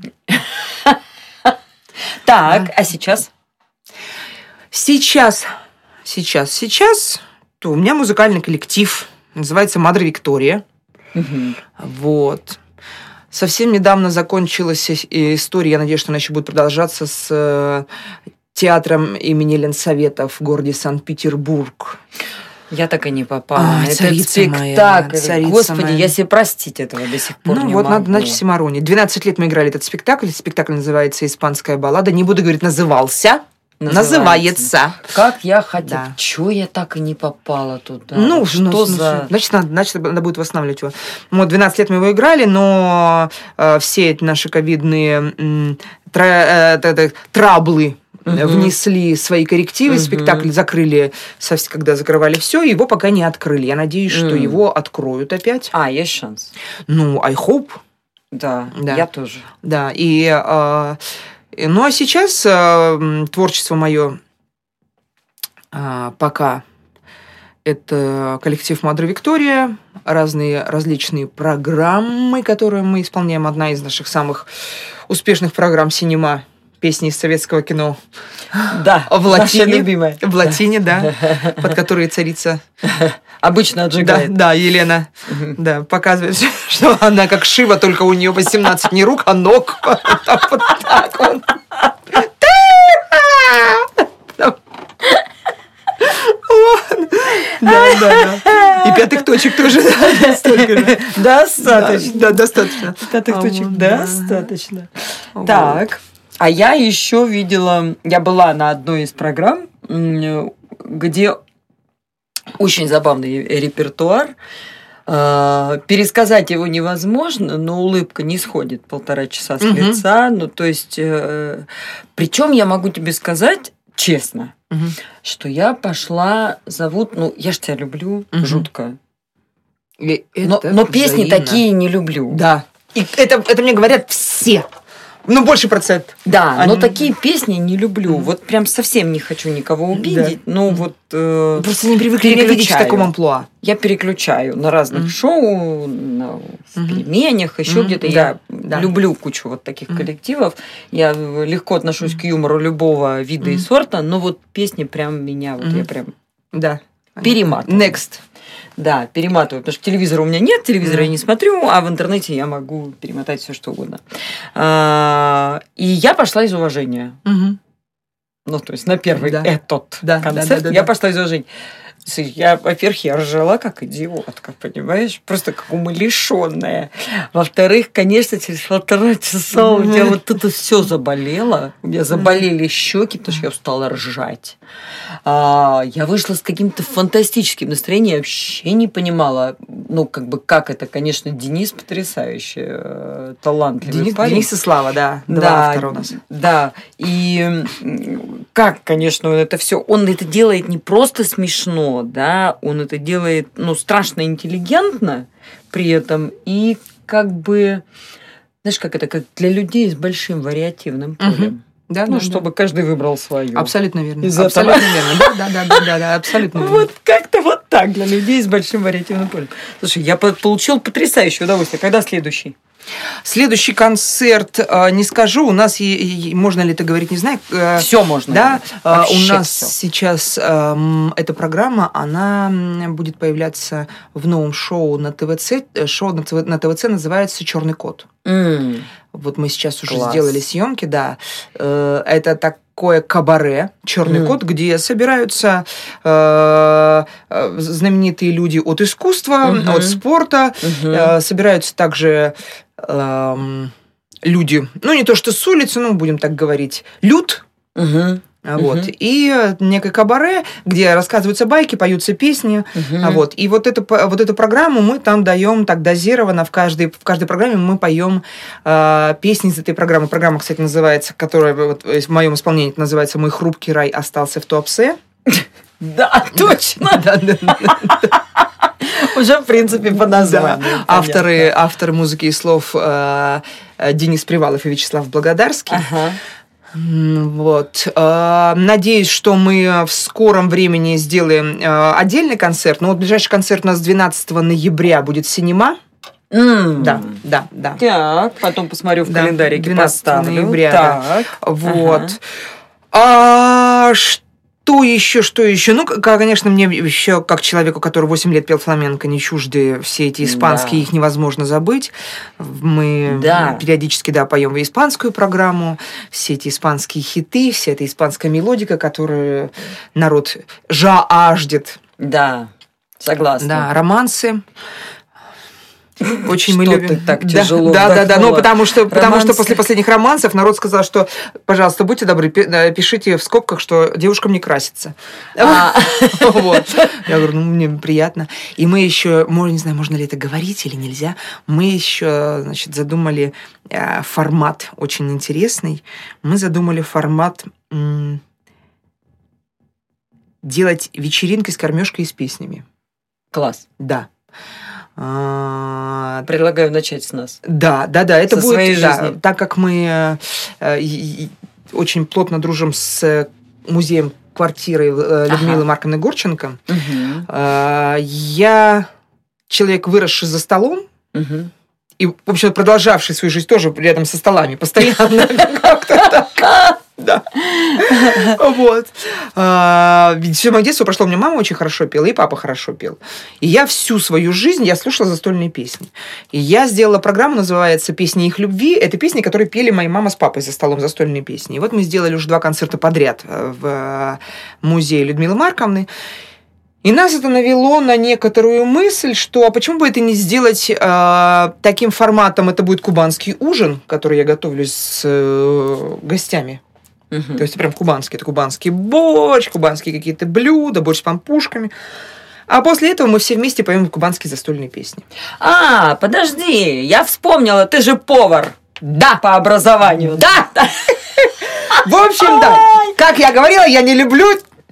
Так, а сейчас? Сейчас, сейчас, сейчас то у меня музыкальный коллектив. Называется «Мадре Виктория». Вот. Совсем недавно закончилась история, я надеюсь, что она еще будет продолжаться, с театром имени Ленсовета в городе Санкт-Петербург. Я так и не попала. А, это спектакль. Моя, Господи, моя. Я себе простить этого до сих пор ну, не вот могу. надо начать Симарони. двенадцать лет мы играли этот спектакль. Спектакль называется «Испанская баллада». Не буду говорить «назывался». Называется. Называется. Как я хотела. Да. Чего я так и не попала туда? Ну, что ну, за... Значит, надо, значит, надо будет восстанавливать его. Вот, двенадцать лет мы его играли, но э, все эти наши ковидные э, тра, э, траблы uh-huh. внесли свои коррективы. Uh-huh. Спектакль закрыли, когда закрывали все, его пока не открыли. Я надеюсь, uh-huh. что его откроют опять. А, есть шанс? Ну, I hope. Да, да. Я тоже. Да, и... Э, Ну, а сейчас э, творчество мое э, пока это коллектив «Мадре Виктория», разные различные программы, которые мы исполняем. Одна из наших самых успешных программ «Синема», песни из советского кино. Да, в латине, наша любимая. В латине, да, под которой царица... Обычно отжигает. Да, да, Елена угу. да, показывает, что она как Шива, только у нее восемнадцать не рук, а ног. Вот так вот. Да, да, да. И пятых точек тоже. Достаточно. Да, достаточно. Пятых точек достаточно. Так. А я еще видела, я была на одной из программ, где очень забавный репертуар. Пересказать его невозможно, но улыбка не сходит полтора часа с угу. лица. Ну, то есть, причем я могу тебе сказать честно, угу. что я пошла, зовут, ну, я ж тебя люблю, угу. жутко. Но, но песни такие не люблю. Да. И это, это мне говорят все. Ну, больше процент. Да, Они... но такие песни не люблю. Вот прям совсем не хочу никого обидеть. Да. Ну, вот... Э, Просто не привыкли меня видеть в таком амплуа. Я переключаю на разных mm-hmm. шоу, на mm-hmm. пельменях, еще mm-hmm. где-то. Да. Я да. люблю кучу вот таких mm-hmm. коллективов. Я легко отношусь mm-hmm. к юмору любого вида mm-hmm. и сорта, но вот песни прям меня... Вот mm-hmm. я прям да. перематываю. Next. Да, перематываю, потому что телевизора у меня нет, телевизора mm. я не смотрю, а в интернете я могу перемотать все что угодно. А, и я пошла из уважения. Mm-hmm. Ну, то есть на первый да. этот да, концерт да, да, да, я да. пошла из уважения. Я, во-первых, я ржала как идиотка, понимаешь? Просто как умалишенная. Во-вторых, конечно, через полтора часа у меня вот это все заболело. У меня заболели щеки, потому что я устала ржать. А, я вышла с каким-то фантастическим настроением. Я вообще не понимала, ну, как бы, как это. Конечно, Денис потрясающий, талантливый Денис, парень. Денис и Слава, да. Два да, автора у нас. Да. И как, конечно, это все. Он это делает не просто смешно, да, он это делает, ну, страшно интеллигентно при этом и как бы, знаешь, как это, как для людей с большим вариативным полем. Угу. Да, ну, да, чтобы да. каждый выбрал свою. Абсолютно верно. Из абсолютно верно. Да, да, да, да, да, да, абсолютно верно. Вот как-то вот так для людей с большим вариативным полем. Слушай, я получил потрясающее удовольствие. Когда следующий? Следующий концерт, не скажу, у нас, можно ли это говорить, не знаю. Все можно. Да, говорить. у нас всё. сейчас эта программа, она будет появляться в новом шоу на ТВЦ. Шоу на ТВЦ называется «Черный кот». Mm. Вот мы сейчас уже Класс. сделали съемки, да. Это такое кабаре «Черный mm. кот», где собираются э, знаменитые люди от искусства, mm-hmm. от спорта, mm-hmm. э, собираются также э, люди, ну не то что с улицы, ну будем так говорить, люд. Mm-hmm. Вот. Uh-huh. И некое кабаре, где рассказываются байки, поются песни. Uh-huh. Вот. И вот, это, вот эту программу мы там даем так дозированно. В каждой, в каждой программе мы поем э, песни из этой программы. Программа, кстати, называется, которая вот, в моем исполнении называется «Мой хрупкий рай остался в Туапсе». Да, точно. Уже, в принципе, по названию. Авторы музыки и слов Денис Привалов и Вячеслав Благодарский. Вот. Надеюсь, что мы в скором времени сделаем отдельный концерт. Но вот ближайший концерт у нас двенадцатого ноября будет «Синема». Mm. Да, да, да. Так, потом посмотрю в да, календарике, двенадцатого поставлю. ноября. Так. Да. Вот. Ага. А что еще, что еще? Ну, конечно, мне еще, как человеку, который восемь лет пел фламенко, не чужды все эти испанские, да. Их невозможно забыть. Мы да. периодически, да, поем и испанскую программу, все эти испанские хиты, вся эта испанская мелодика, которую народ жаждет. Да, согласна. Да, романсы. Очень что мы любим. Ты так тяжело да, да, да, ну потому что, Романсы. потому что после последних романсов народ сказал, что, пожалуйста, будьте добры, пишите в скобках, что девушкам не красится. Вот. Я говорю, ну мне приятно. И мы еще, не знаю, можно ли это говорить или нельзя, мы еще, значит, задумали формат очень интересный. Мы задумали формат делать вечеринки с кормежкой и с песнями. Класс. Да. Предлагаю начать с нас. Да, да, да. Это Со будет, своей да, жизни. Так как мы э, очень плотно дружим с музеем квартиры Людмилы ага. Марковны Гурченко, угу. э, я человек, выросший за столом, угу. и, в общем, продолжавший свою жизнь тоже рядом со столами постоянно. Да. Вот. Ведь все мое детство прошло, у меня мама очень хорошо пела, и папа хорошо пел. И я всю свою жизнь я слушала застольные песни. И я сделала программу, называется «Песни их любви». Это песни, которые пели моя мама с папой за столом, застольные песни. И вот мы сделали уже два концерта подряд в музее Людмилы Марковны. И нас это навело на некоторую мысль, что а почему бы это не сделать э, таким форматом, это будет кубанский ужин, который я готовлю с э, гостями. Uh-huh. То есть прям кубанский. Это кубанский борщ, кубанские какие-то блюда, борщ с пампушками. А после этого мы все вместе поем кубанские застольные песни. А, подожди, я вспомнила, ты же повар. Да. По образованию. Да. В общем, да. Как я говорила, я не люблю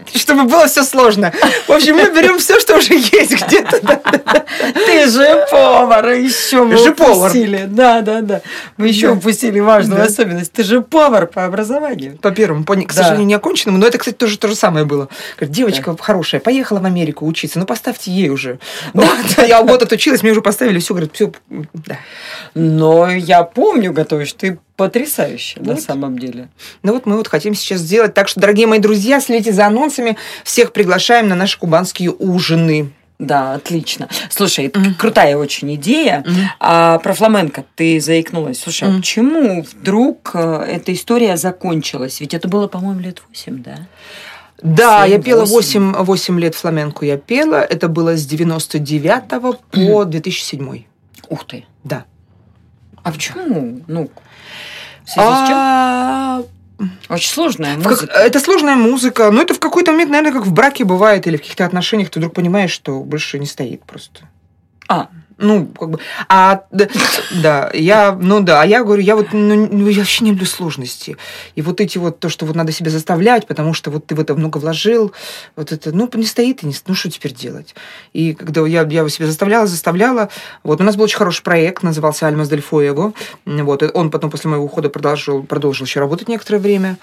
чтобы было все сложно. В общем, мы берем все, что уже есть где-то. Ты же повар, еще мы же упустили. Да, да, да. Мы еще Да. упустили важную Да. особенность. Ты же повар по образованию. По первому, по, к Да. сожалению, не оконченному, но это, кстати, тоже то же самое было. Говорит, девочка хорошая, поехала в Америку учиться, ну поставьте ей уже. Вот, я год отучилась, мне уже поставили все, говорит, все, да. Но я помню, готовишь ты потрясающе на Вот. самом деле. Ну вот мы вот хотим сейчас сделать. Так что, дорогие мои друзья, следите за анонсами. Всех приглашаем на наши кубанские ужины. Да, отлично. Слушай, это Мгм. крутая очень идея. Мгм. А про фламенко ты заикнулась. Слушай, а Мгм. почему вдруг э, эта история закончилась? Ведь это было, по-моему, лет восемь, да? Да, Семь, я пела восемь. восемь, восемь лет фламенко. Я пела. Это было с девяносто девятого по две тысячи седьмой. Ух ты. Да. А почему? Ну, в связи с чем? А, Очень сложная в как- музыка. Это сложная музыка. Но это в какой-то момент, наверное, как в браке бывает или в каких-то отношениях, ты вдруг понимаешь, что больше не стоит просто. А, Ну, как бы, а, да, да, я, ну да, а я говорю, я вот, ну, ну, я вообще не люблю сложности. И вот эти вот, то, что вот надо себя заставлять, потому что вот ты в это много вложил, вот это, ну, не стоит, и не, ну, что теперь делать? И когда я, я себя заставляла, заставляла, вот, у нас был очень хороший проект, назывался «Альмас дель Фуэго», вот, и он потом после моего ухода продолжил, продолжил еще работать некоторое время.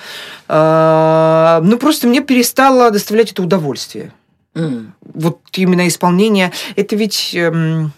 А, ну, просто мне перестало доставлять это удовольствие. м, Вот именно исполнение, это ведь... эм,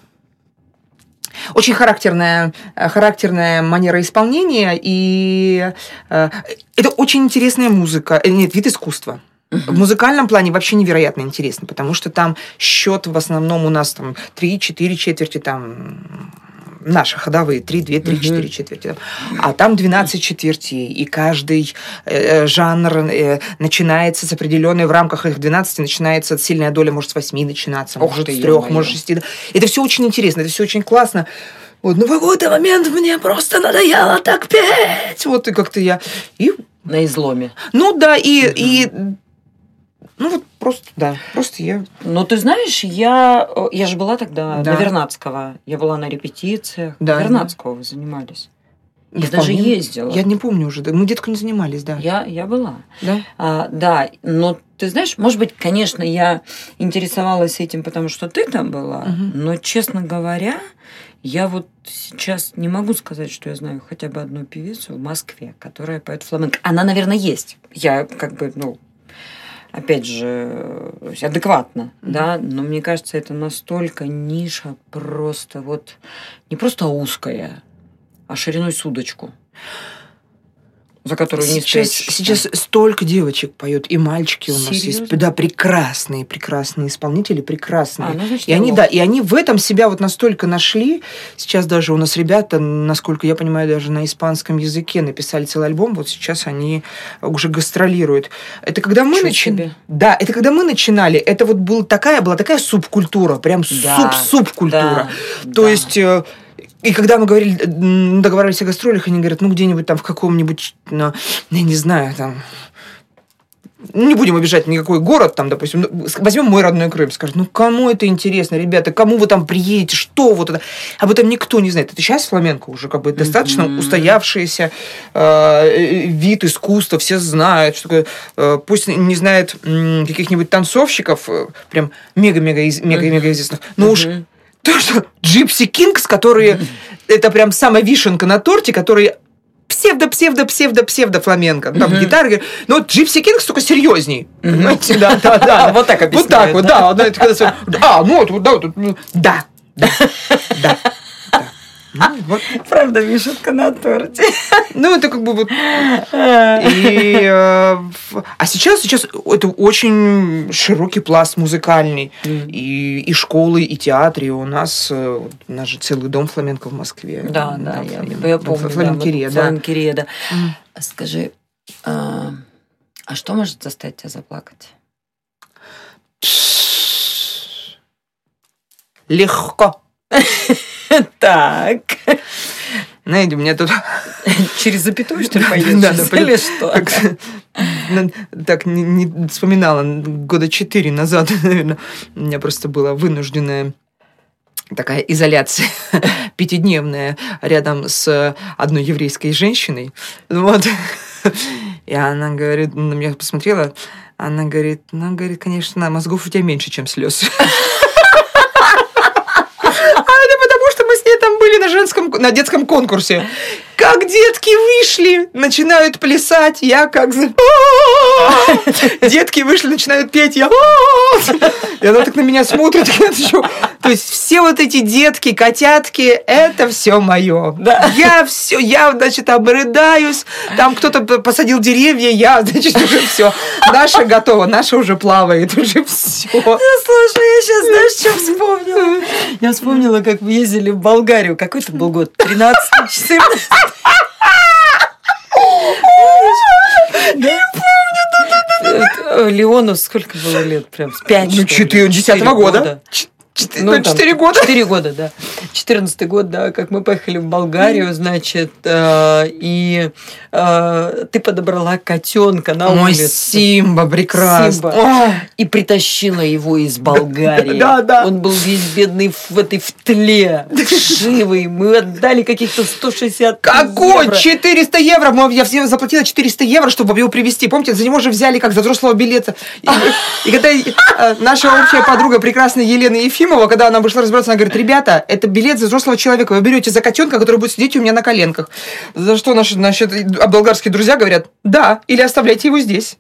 очень характерная, э, характерная манера исполнения, и э, это очень интересная музыка, э, нет, вид искусства. В музыкальном плане вообще невероятно интересно, потому что там счет в основном у нас там три-четыре четверти, там наши ходовые, три, два, три, четыре четверти. там. А там двенадцать четвертей, и каждый э, жанр э, начинается с определенной, в рамках их двенадцати начинается, сильная доля может с восьми начинаться, Ух может ты, с трех, ё-моё. может с шести. Это все очень интересно, это все очень классно. Вот, но в какой-то момент мне просто надоело так петь. Вот и как-то я... И, на изломе. ну да, и, и... Ну вот просто, да, просто я... Ну, ты знаешь, я, э, я же была тогда Да. на Вернадского. Я была на репетициях. Да, Вернадского вы занимались. Я вполне- даже ездила. Я не помню уже, да, мы детку не занимались, да. Я, я была. Да? А, да, но ты знаешь, может быть, конечно, я интересовалась этим, потому что ты там была, Мгм. но, честно говоря, я вот сейчас не могу сказать, что я знаю хотя бы одну певицу в Москве, которая поет фламенко. Она, наверное, есть. Я как бы, ну, опять же, адекватно, да, но мне кажется, это настолько ниша просто вот, не просто узкая, а шириной с удочку, за которую не Сейчас, спрячешься. сейчас столько девочек поют, и мальчики у нас Серьезно? есть. Да, прекрасные, прекрасные исполнители, прекрасные. А, ну, значит, и я они, лох. да, и они в этом себя вот настолько нашли. Сейчас даже у нас ребята, насколько я понимаю, даже на испанском языке написали целый альбом. Вот сейчас они уже гастролируют. Это когда мы Ничего начинали. себе. Да, это когда мы начинали. Это вот была такая, была такая субкультура, прям Да, суп-субкультура. да, То да. есть э, и когда мы говорили, м, договаривались о гастролях, они говорят, ну, где-нибудь там в каком-нибудь, ну, я не знаю, там... Не будем обижать никакой город, там, допустим, ну, с- возьмем мой родной Крым, скажут, ну, кому это интересно, ребята, кому вы там приедете, что вот это? Об этом никто не знает. Это сейчас фламенко уже как бы достаточно Мгм. устоявшийся э, вид искусства, все знают, что такое, э, пусть не знают м, каких-нибудь танцовщиков, э, прям мега-мега из- мега-мега известных, но уж Мгм. то, что Gypsy Kings, которые... Это прям самая вишенка на торте, которые псевдо-псевдо-псевдо-псевдо фламенко. Там Мгм. гитара. говорит, Но вот Gypsy Kings только серьезней. Мгм. Понимаете? Да, да, да. Вот так Вот объясняют, так вот, да? да. да, это когда всё- А, ну вот, вот, да, вот, вот, ну, да, да, да. да. Ну, вот. Правда, вишенка на торте. Ну, это как бы вот... И, э, в- а сейчас, сейчас это очень широкий пласт музыкальный. И, и школы, и театры. И у нас, э, вот у нас же целый дом фламенко в Москве. Да, да, я, фламен- я ну, помню. Фламенкерия, да. да. Фламенкерия, да. Мгм. Скажи, а, а что может заставить тебя заплакать? Легко. Так. Знаете, у меня тут... Через запятую, что ли, Да, поедешь? да, Или что? как- на- так, не, не вспоминала, года четыре назад, наверное, у меня просто была вынужденная такая изоляция пятидневная рядом с одной еврейской женщиной. Вот. И она говорит, на меня посмотрела, Она говорит, ну, говорит, конечно, мозгов у тебя меньше, чем слез. Там были на женском, на детском конкурсе. Как детки вышли, начинают плясать, я как... Детки вышли, начинают петь, я... И она так на меня смотрит. То есть все вот эти детки, котятки, это все мое. Я все, я, значит, обрыдаюсь. Там кто-то посадил деревья, я, значит, уже все. Наша готова, наша уже плавает, уже все. Слушай, я сейчас, знаешь, что вспомнила? Я вспомнила, как мы ездили в Болгарию. Какой это был год? тринадцатый, четырнадцатый. Не помню. Леону сколько было лет? Прям пять, ну, четыре, десятого года. Ну, ну, четыре года. Четыре года, да. Четырнадцатый год, да, как мы поехали в Болгарию, значит, э, и э, ты подобрала котенка на улице. Ой, Симба, прекрасно. Симба. И притащила его из Болгарии. Да, да. Он был весь бедный в этой в тле, вшивый. Мы отдали каких-то сто шестьдесят Какой? евро. четыреста евро? Я всем заплатила четыреста евро, чтобы его привезти. Помните, за него же взяли как за взрослого билета. И, и когда наша общая подруга, прекрасная Елена Ефимовна, когда она вышла разбираться, она говорит, ребята, это билет за взрослого человека, вы берете за котенка, который будет сидеть у меня на коленках. За что наши, наши болгарские друзья говорят, да, или оставляйте его здесь.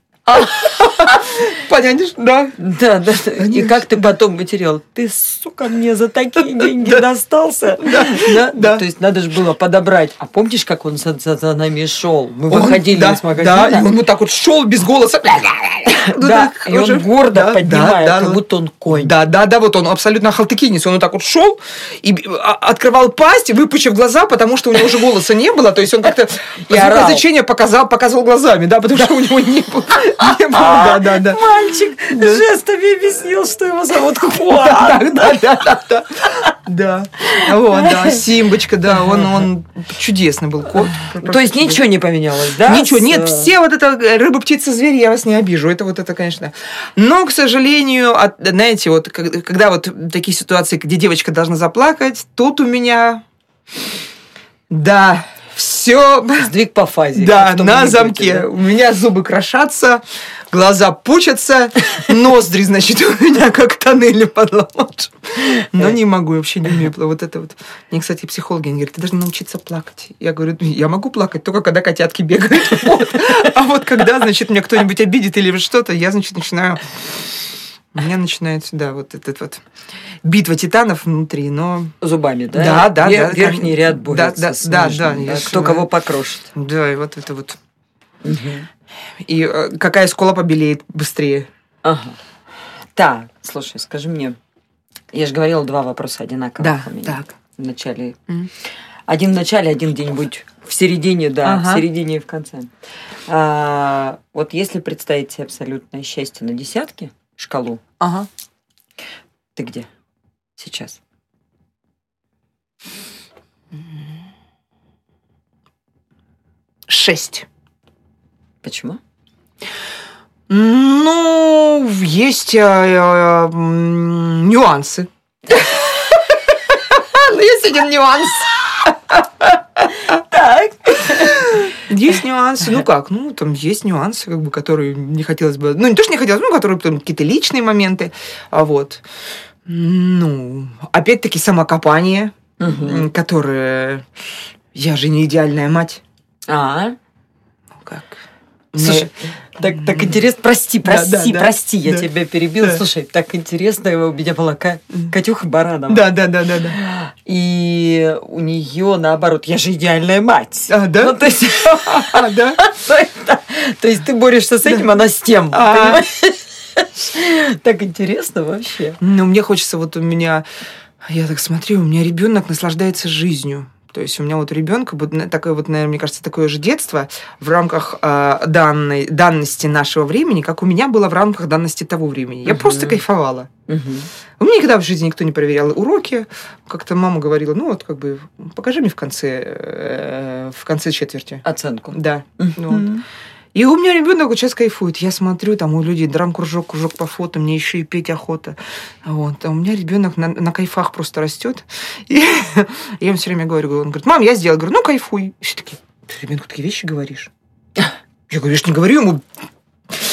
Понимаешь? Да. Да, да. И как ты потом материал? Ты, сука, мне за такие деньги достался. Да. То есть надо же было подобрать. А помнишь, как он за нами шел? Мы выходили из магазина. Да, и он вот так вот шел без голоса. Да, и он гордо поднимает, как будто он конь. Да, да, да, вот он абсолютно халтыкинец. Он вот так вот шел и открывал пасть, выпучив глаза, потому что у него уже голоса не было. То есть он как-то звукоизвлечение показывал глазами, да, потому что у него не было. Да, да, да. Мальчик жестами объяснил, что его зовут Да, Хуан. да, да, да. Да. Вот, да. Симбочка, да, он, он чудесный был кот. То есть ничего не поменялось, да? Ничего, нет, все вот это рыба, птица, зверь, я вас не обижу. Это вот это, конечно. Но, к сожалению, от, знаете, вот когда вот такие ситуации, где девочка должна заплакать, тут у меня, да, все. Сдвиг по фазе. Да, на замке. Да? У меня зубы крошатся, глаза пучатся, ноздри, значит, у меня как тоннели под ламоджем. Но не могу, вообще не умею. Вот это вот. Мне, кстати, психологи говорят, ты должна научиться плакать. Я говорю, я могу плакать только когда котятки бегают. Вот. А вот когда, значит, меня кто-нибудь обидит или что-то, я, значит, начинаю... У меня начинается, да, вот этот вот битва титанов внутри, но... Зубами, да? Да, да, Вер- да. Верхний ряд борется да, с да, нижним, да, да. Кто кого покрошит. Да, и вот это вот. Угу. И э, какая скула побелеет быстрее. Ага. Так, слушай, скажи мне, я же говорила, два вопроса одинаковых да, у меня. Так. В начале. Mm. Один в начале, один где-нибудь в середине, да, ага. в середине и в конце. А, вот если представить себе абсолютное счастье на десятке, шкалу, ага. ты где сейчас? Шесть. Почему? Ну, есть э, э, нюансы. Ну, есть один нюанс. Так. Есть нюансы. Ну как? Ну, там есть нюансы, как бы, которые не хотелось бы... Ну, не то, что не хотелось, ну, которые там какие-то личные моменты. А вот. Ну, опять-таки, самокопание, угу. которое... Я же не идеальная мать. А? Ну, как? Слушай, так, так интересно, прости, прости, да, да, прости, да, я да, тебя перебила. Да. Слушай, так интересно, у меня была Катюха Баранова. Да, да, да, да, да. И у нее наоборот, я же идеальная мать. А, да? Ну, то есть, а, да? То есть ты борешься с этим, она с тем, понимаешь? Так интересно вообще. Ну, мне хочется, вот у меня, я так смотрю, у меня ребенок наслаждается жизнью. То есть у меня вот у ребенка такое вот, наверное, мне кажется, такое же детство в рамках э, данной, данности нашего времени, как у меня было в рамках данности того времени. Я uh-huh. просто кайфовала. Uh-huh. У меня никогда в жизни никто не проверял уроки. Как-то мама говорила, ну вот как бы покажи мне в конце, э, в конце четверти. Оценку. Да. Uh-huh. Вот. И у меня ребенок вот сейчас кайфует. Я смотрю, там у людей драм-кружок, кружок по фото, мне еще и петь охота. Вот. А у меня ребенок на, на кайфах просто растет. И я ему все время говорю, он говорит, мам, я сделал. Я говорю, ну кайфуй. И все такие, ты ребенку такие вещи говоришь? Я говорю, я ж не говорю ему,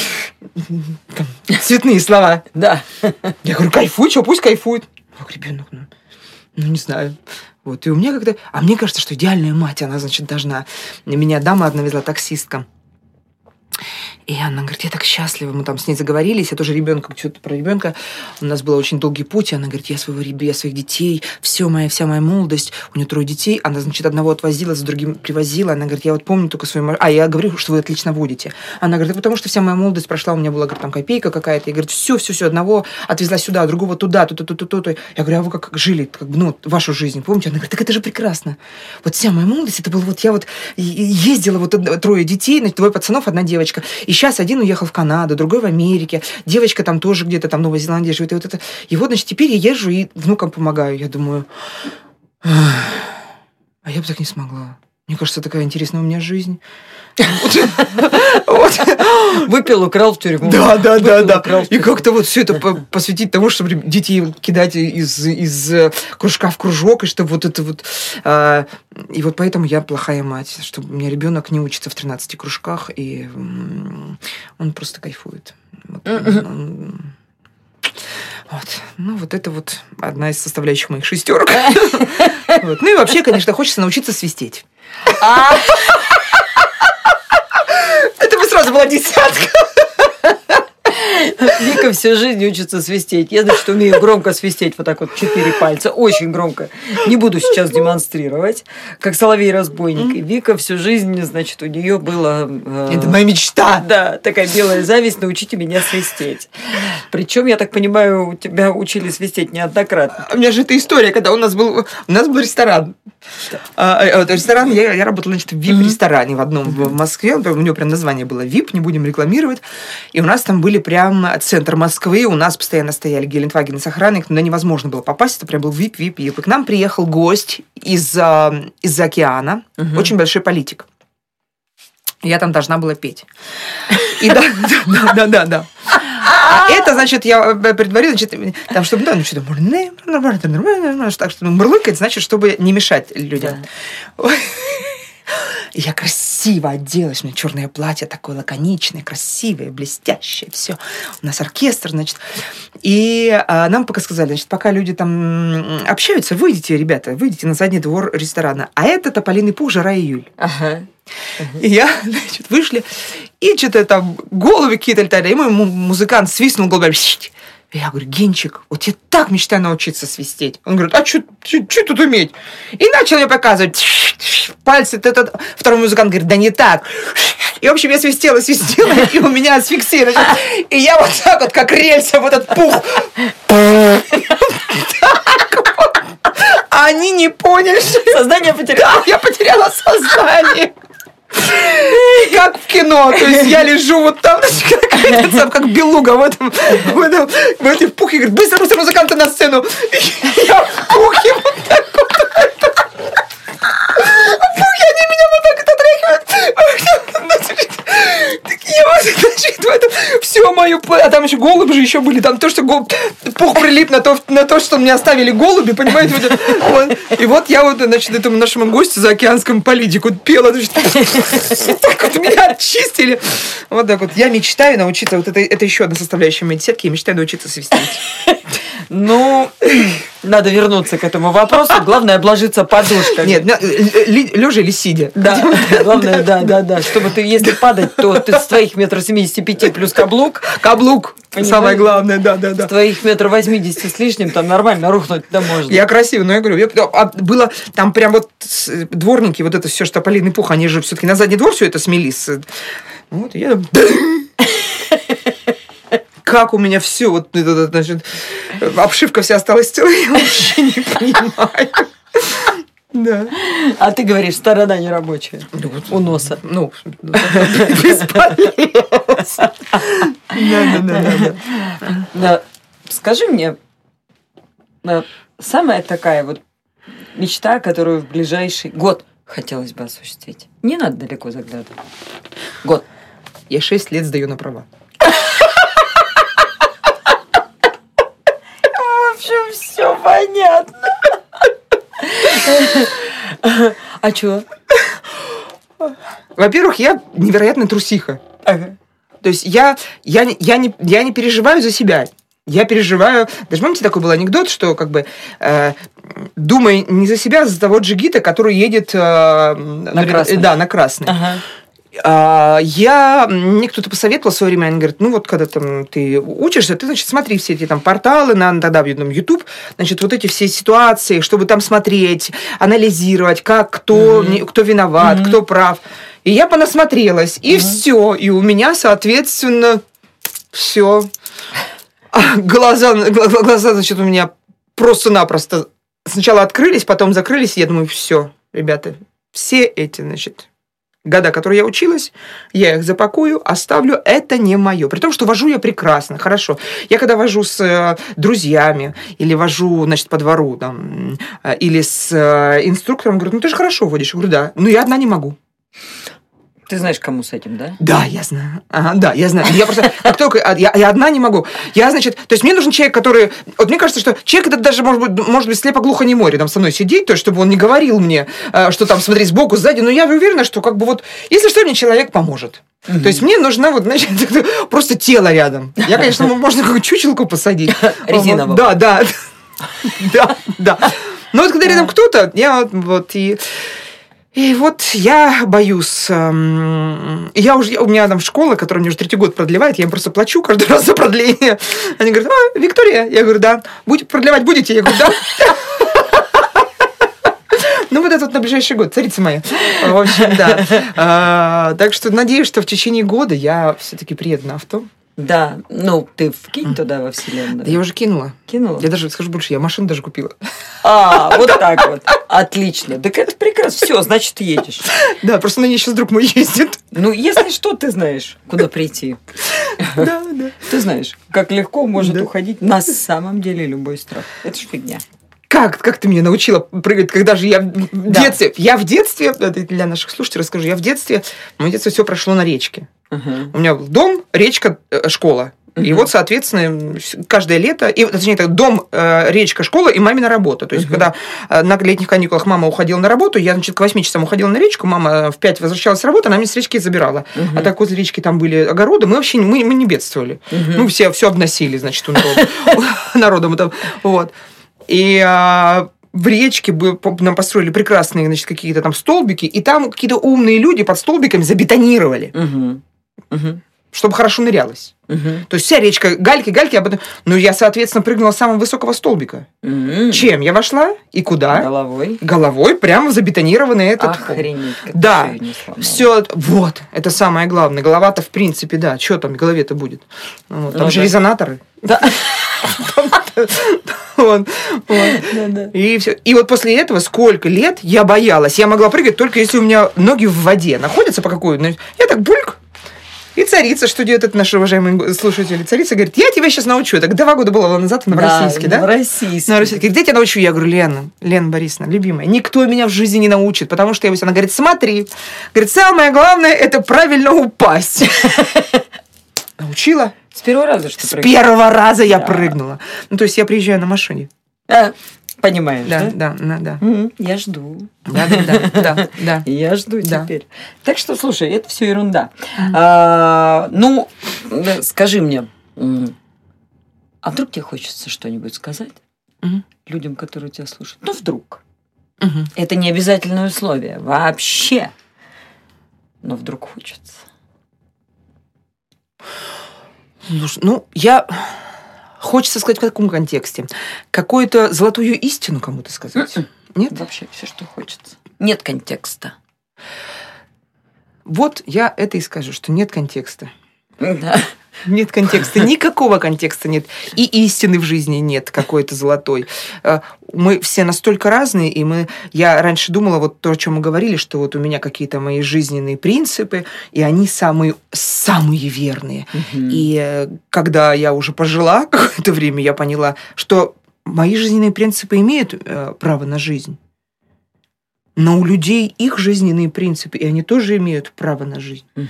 там, цветные слова. Да. Я говорю, кайфуй, что, пусть кайфует. Я говорю, ребенок, ну, ну, не знаю. Вот, и у меня как-то... А мне кажется, что идеальная мать, она, значит, должна... Меня дама одна везла, таксистка. И она говорит, я так счастлива, мы там с ней заговорились, я тоже ребенка, что-то про ребенка. У нас был очень долгий путь, и она говорит, я своего ребенка, я своих детей, все моя, вся моя молодость, у нее трое детей, она, значит, одного отвозила, за другим привозила, она говорит, я вот помню только свою... А, я говорю, что вы отлично водите. Она говорит, потому что вся моя молодость прошла, у меня была, говорит, там копейка какая-то, я говорю, все, все, все, одного отвезла сюда, другого туда, туда, туда, туда. Я говорю, а вы как жили, как, ну, вашу жизнь, помните? Она говорит, так это же прекрасно. Вот вся моя молодость, это было вот, я вот ездила, вот трое детей, значит, двое пацанов, одна девочка, и сейчас один уехал в Канаду, другой в Америке, девочка там тоже где-то там в Новой Зеландии живет. И вот, это... и вот, значит, теперь я езжу и внукам помогаю. Я думаю, а я бы так не смогла. Мне кажется, такая интересная у меня жизнь. Выпил, украл в тюрьму. Да, да, да, да. И как-то вот все это посвятить тому, чтобы детей кидать из, из кружка в кружок, и чтобы вот это вот... И вот поэтому я плохая мать, что у меня ребенок не учится в тринадцати кружках, и он просто кайфует. Вот. Вот. Ну, вот это вот одна из составляющих моих шестерок. Вот. Ну и вообще, конечно, хочется научиться свистеть. Это бы сразу была десятка. Вика всю жизнь учится свистеть. Я, значит, умею громко свистеть, вот так вот, четыре пальца, очень громко. Не буду сейчас демонстрировать, как соловей-разбойник. И Вика всю жизнь, значит, у нее было... Э, Это моя мечта. Да, такая белая зависть, научите меня свистеть. Причем, я так понимаю, у тебя учили свистеть неоднократно. У меня же эта история, когда у нас был, у нас был ресторан. Да. А, ресторан, я, я работала, значит, в вип-ресторане в одном в Москве. У него прям название было вип, не будем рекламировать. И у нас там были прям центр Москвы, у нас постоянно стояли Гелендваген с охраной, туда невозможно было попасть, это прям был вип, вип, вип. И к нам приехал гость из, из-за океана, угу. Очень большой политик. Я там должна была петь. И да, да, да, да, да. А это, значит, я предварила, значит, там, чтобы, да, ну, что-то, так что мурлыкать, значит, чтобы не мешать людям. Я красиво оделась, у меня черное платье такое лаконичное, красивое, блестящее, все. У нас оркестр, значит. И а, нам пока сказали, значит, пока люди там общаются, выйдите, ребята, выйдите на задний двор ресторана. А это Тополиный пух, жара июль. Ага. И я, значит, вышли, и что-то там голуби какие-то летали, и мой музыкант свистнул голубями. Я говорю, Генчик, вот я так мечтаю научиться свистеть. Он говорит, а что тут уметь? И начал мне показывать пальцы. Этот второй музыкант говорит, да не так. И, в общем, я свистела, свистела, и у меня асфиксия. И я вот так вот, как рельса, вот этот пух. А они не поняли, что... Сознание потеряла. Я потеряла сознание. Как в кино, то есть я лежу вот там, как, там, как белуга в этом, в этом, в этом пухе, говорит, быстро, быстро, музыканты на сцену. Я в пухе вот так вот. В пухе они меня вот так вот отряхивают. Я вот, значит, в этом все мое... А там еще голуби же еще были, там то, что гол... пух прилип на то, на то, что мне оставили голуби, понимаете? Вот, вот. И вот я вот, значит, этому нашему гостю заокеанскому политику пела, значит, так вот меня очистили. Вот так вот. Я мечтаю научиться, вот это, это еще одна составляющая моей десятки, я мечтаю научиться свистеть. Ну, надо вернуться к этому вопросу. Главное, обложиться подушкой. Нет, лежа или сидя. Да, главное, да, да, да. Чтобы ты, если падать, то ты с твоих метров семидесяти пяти плюс каблук. Каблук. Самое главное, да, да, да. С твоих метров восьмидесяти с лишним там нормально рухнуть да можно. Я красивая, но я говорю, я, а было там прям вот дворники, вот это все, что Тополиный пух, они же все-таки на задний двор все это смели. Вот, я... Как у меня все, вот, значит, обшивка вся осталась целой, я вообще не понимаю. Да. А ты говоришь, сторона нерабочая. У носа. Ну, бесполезно. Да, да, да. Скажи мне, самая такая вот мечта, которую в ближайший год хотелось бы осуществить. Не надо далеко заглядывать. Год. Я шесть лет сдаю на права. В общем, все понятно. А чё? Во-первых, я невероятно трусиха. Ага. То есть я, я, я, не, я не переживаю за себя. Я переживаю... Даже помните, такой был анекдот, что как бы э, думай не за себя, а за того джигита, который едет... Э, на красный. Да, на красный. Ага. А, я... Мне кто-то посоветовал в свое время, они говорят, ну вот когда там ты учишься, ты, значит, смотри все эти там порталы, на, тогда в там, YouTube, значит, вот эти все ситуации, чтобы там смотреть, анализировать, как, кто, mm-hmm. кто виноват, mm-hmm. кто прав. И я понасмотрелась, и mm-hmm. все. И у меня, соответственно, все... Глаза, глаза, значит, у меня просто-напросто сначала открылись, потом закрылись, и я думаю, все, ребята, все эти, значит, года, которые я училась, я их запакую, оставлю, это не мое. При том, что вожу я прекрасно, хорошо. Я когда вожу с друзьями, или вожу, значит, по двору, там, или с инструктором, говорю, ну, ты же хорошо водишь. Я говорю, да, но я одна не могу. Ты знаешь, кому с этим, да? Да, я знаю. Ага, да, я знаю. Я просто как только я, я одна не могу. Я, значит, то есть мне нужен человек, который... Вот мне кажется, что человек этот даже может быть, может быть слепо-глухонемой рядом со мной сидеть, то есть чтобы он не говорил мне, что там смотри сбоку, сзади. Но я уверена, что как бы вот, если что, мне человек поможет. Mm-hmm. То есть мне нужна вот, значит, просто тело рядом. Я, конечно, можно какую-то чучелку посадить. Резиновую. Да, да. Да, да. Но вот когда рядом кто-то, я вот и... И вот я боюсь. Я уже, у меня там школа, которая мне уже третий год продлевает, я им просто плачу каждый раз за продление. Они говорят, а, Виктория? Я говорю, да. Будь, продлевать будете? Я говорю, да. Ну, вот это вот на ближайший год, царица моя. В общем, да. Так что надеюсь, что в течение года я все-таки приеду на авто. Да, ну, ты вкинь туда во вселенную. Да я уже кинула. Кинула? Я даже, скажу больше, я машину даже купила. А, вот так вот. Отлично. Так это прекрасно. Все, значит, ты едешь. Да, просто на ней сейчас друг мой ездит. Ну, если что, ты знаешь, куда прийти. Да, да. Ты знаешь, как легко может уходить на самом деле любой страх. Это ж фигня. Как, как ты меня научила прыгать, когда же я в да. детстве... Я в детстве, для наших слушателей расскажу, я в детстве, в моем детстве все прошло на речке. Uh-huh. У меня был дом, речка, школа. Uh-huh. И вот, соответственно, каждое лето, и, точнее, это дом, речка, школа и мамина работа. То есть, uh-huh. когда на летних каникулах мама уходила на работу, я, значит, к восьми часам уходила на речку, мама в пять возвращалась с работы, она меня с речки забирала. Uh-huh. А так возле речки там были огороды, мы вообще мы, мы не бедствовали. Uh-huh. Мы все, все обносили, значит, у народа. народа вот. И а, в речке нам построили прекрасные, значит, какие-то там столбики, и там какие-то умные люди под столбиками забетонировали, угу. Угу. чтобы хорошо нырялось. Угу. То есть вся речка гальки, гальки, а потом... Ну, я, соответственно, прыгнула с самого высокого столбика. Угу. Чем? Я вошла и куда? Головой. Головой прямо в забетонированный этот... Охренеть. Да. Все. Вот. Это самое главное. Голова-то, в принципе, да. Что там в голове-то будет? Вот. Там ну, же да. резонаторы. Да. Вот, вот. Да, да. И, все. И вот после этого сколько лет я боялась. Я могла прыгать только если у меня ноги в воде находятся по какой-то. Я так бульк. И царица, что делает это наши уважаемые слушатели? Царица говорит, я тебя сейчас научу. Так два года было назад в Новороссийске, да? Новороссийске. Новороссийске. Где тебя научу? Я говорю, Лена, Лена Борисовна, любимая, никто меня в жизни не научит, потому что я... Она говорит, смотри. Говорит, самое главное, это правильно упасть. Научила. С первого раза, что С прыгнула? первого раза я да. прыгнула. Ну, то есть я приезжаю на машине. А, понимаешь, да? Да, да, да. Mm-hmm. Я жду. Да, да, да, да, да. Я жду да. теперь. Так что, слушай, это все ерунда. Mm-hmm. А, ну, скажи мне, а вдруг тебе хочется что-нибудь сказать mm-hmm. людям, которые тебя слушают? Ну, вдруг. Mm-hmm. Это не обязательное условие. Вообще. Но вдруг хочется. Ну, я... Хочется сказать в каком контексте. Какую-то золотую истину кому-то сказать. Mm-mm. Нет? Вообще все, что хочется. Нет контекста. Вот я это и скажу, что нет контекста. Да. Нет контекста. Никакого контекста нет. И истины в жизни нет какой-то золотой. Мы все настолько разные, и мы... Я раньше думала, вот то, о чем мы говорили, что вот у меня какие-то мои жизненные принципы, и они самые, самые верные. Угу. И когда я уже пожила какое-то время, я поняла, что мои жизненные принципы имеют э, право на жизнь. Но у людей их жизненные принципы, и они тоже имеют право на жизнь. Угу.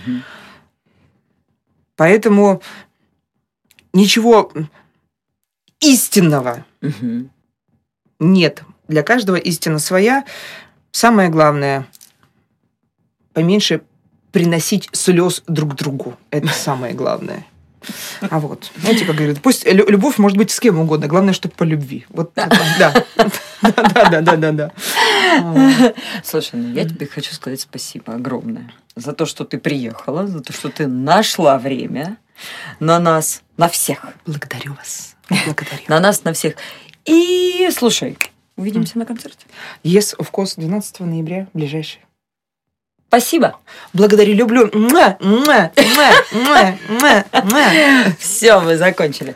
Поэтому ничего истинного угу. нет. Для каждого истина своя. Самое главное, поменьше приносить слез друг другу. Это самое главное. А вот, знаете, как говорят, пусть любовь может быть с кем угодно, главное, чтобы по любви. Вот, да. Да, да, да, да, да. Слушай, ну я тебе хочу сказать спасибо огромное за то, что ты приехала, за то, что ты нашла время на нас, на всех. Благодарю вас. Благодарю. На нас, на всех. И, слушай, увидимся на концерте. Yes, of course, двенадцатого ноября, ближайший. Спасибо. Благодарю, люблю. Все, мы закончили.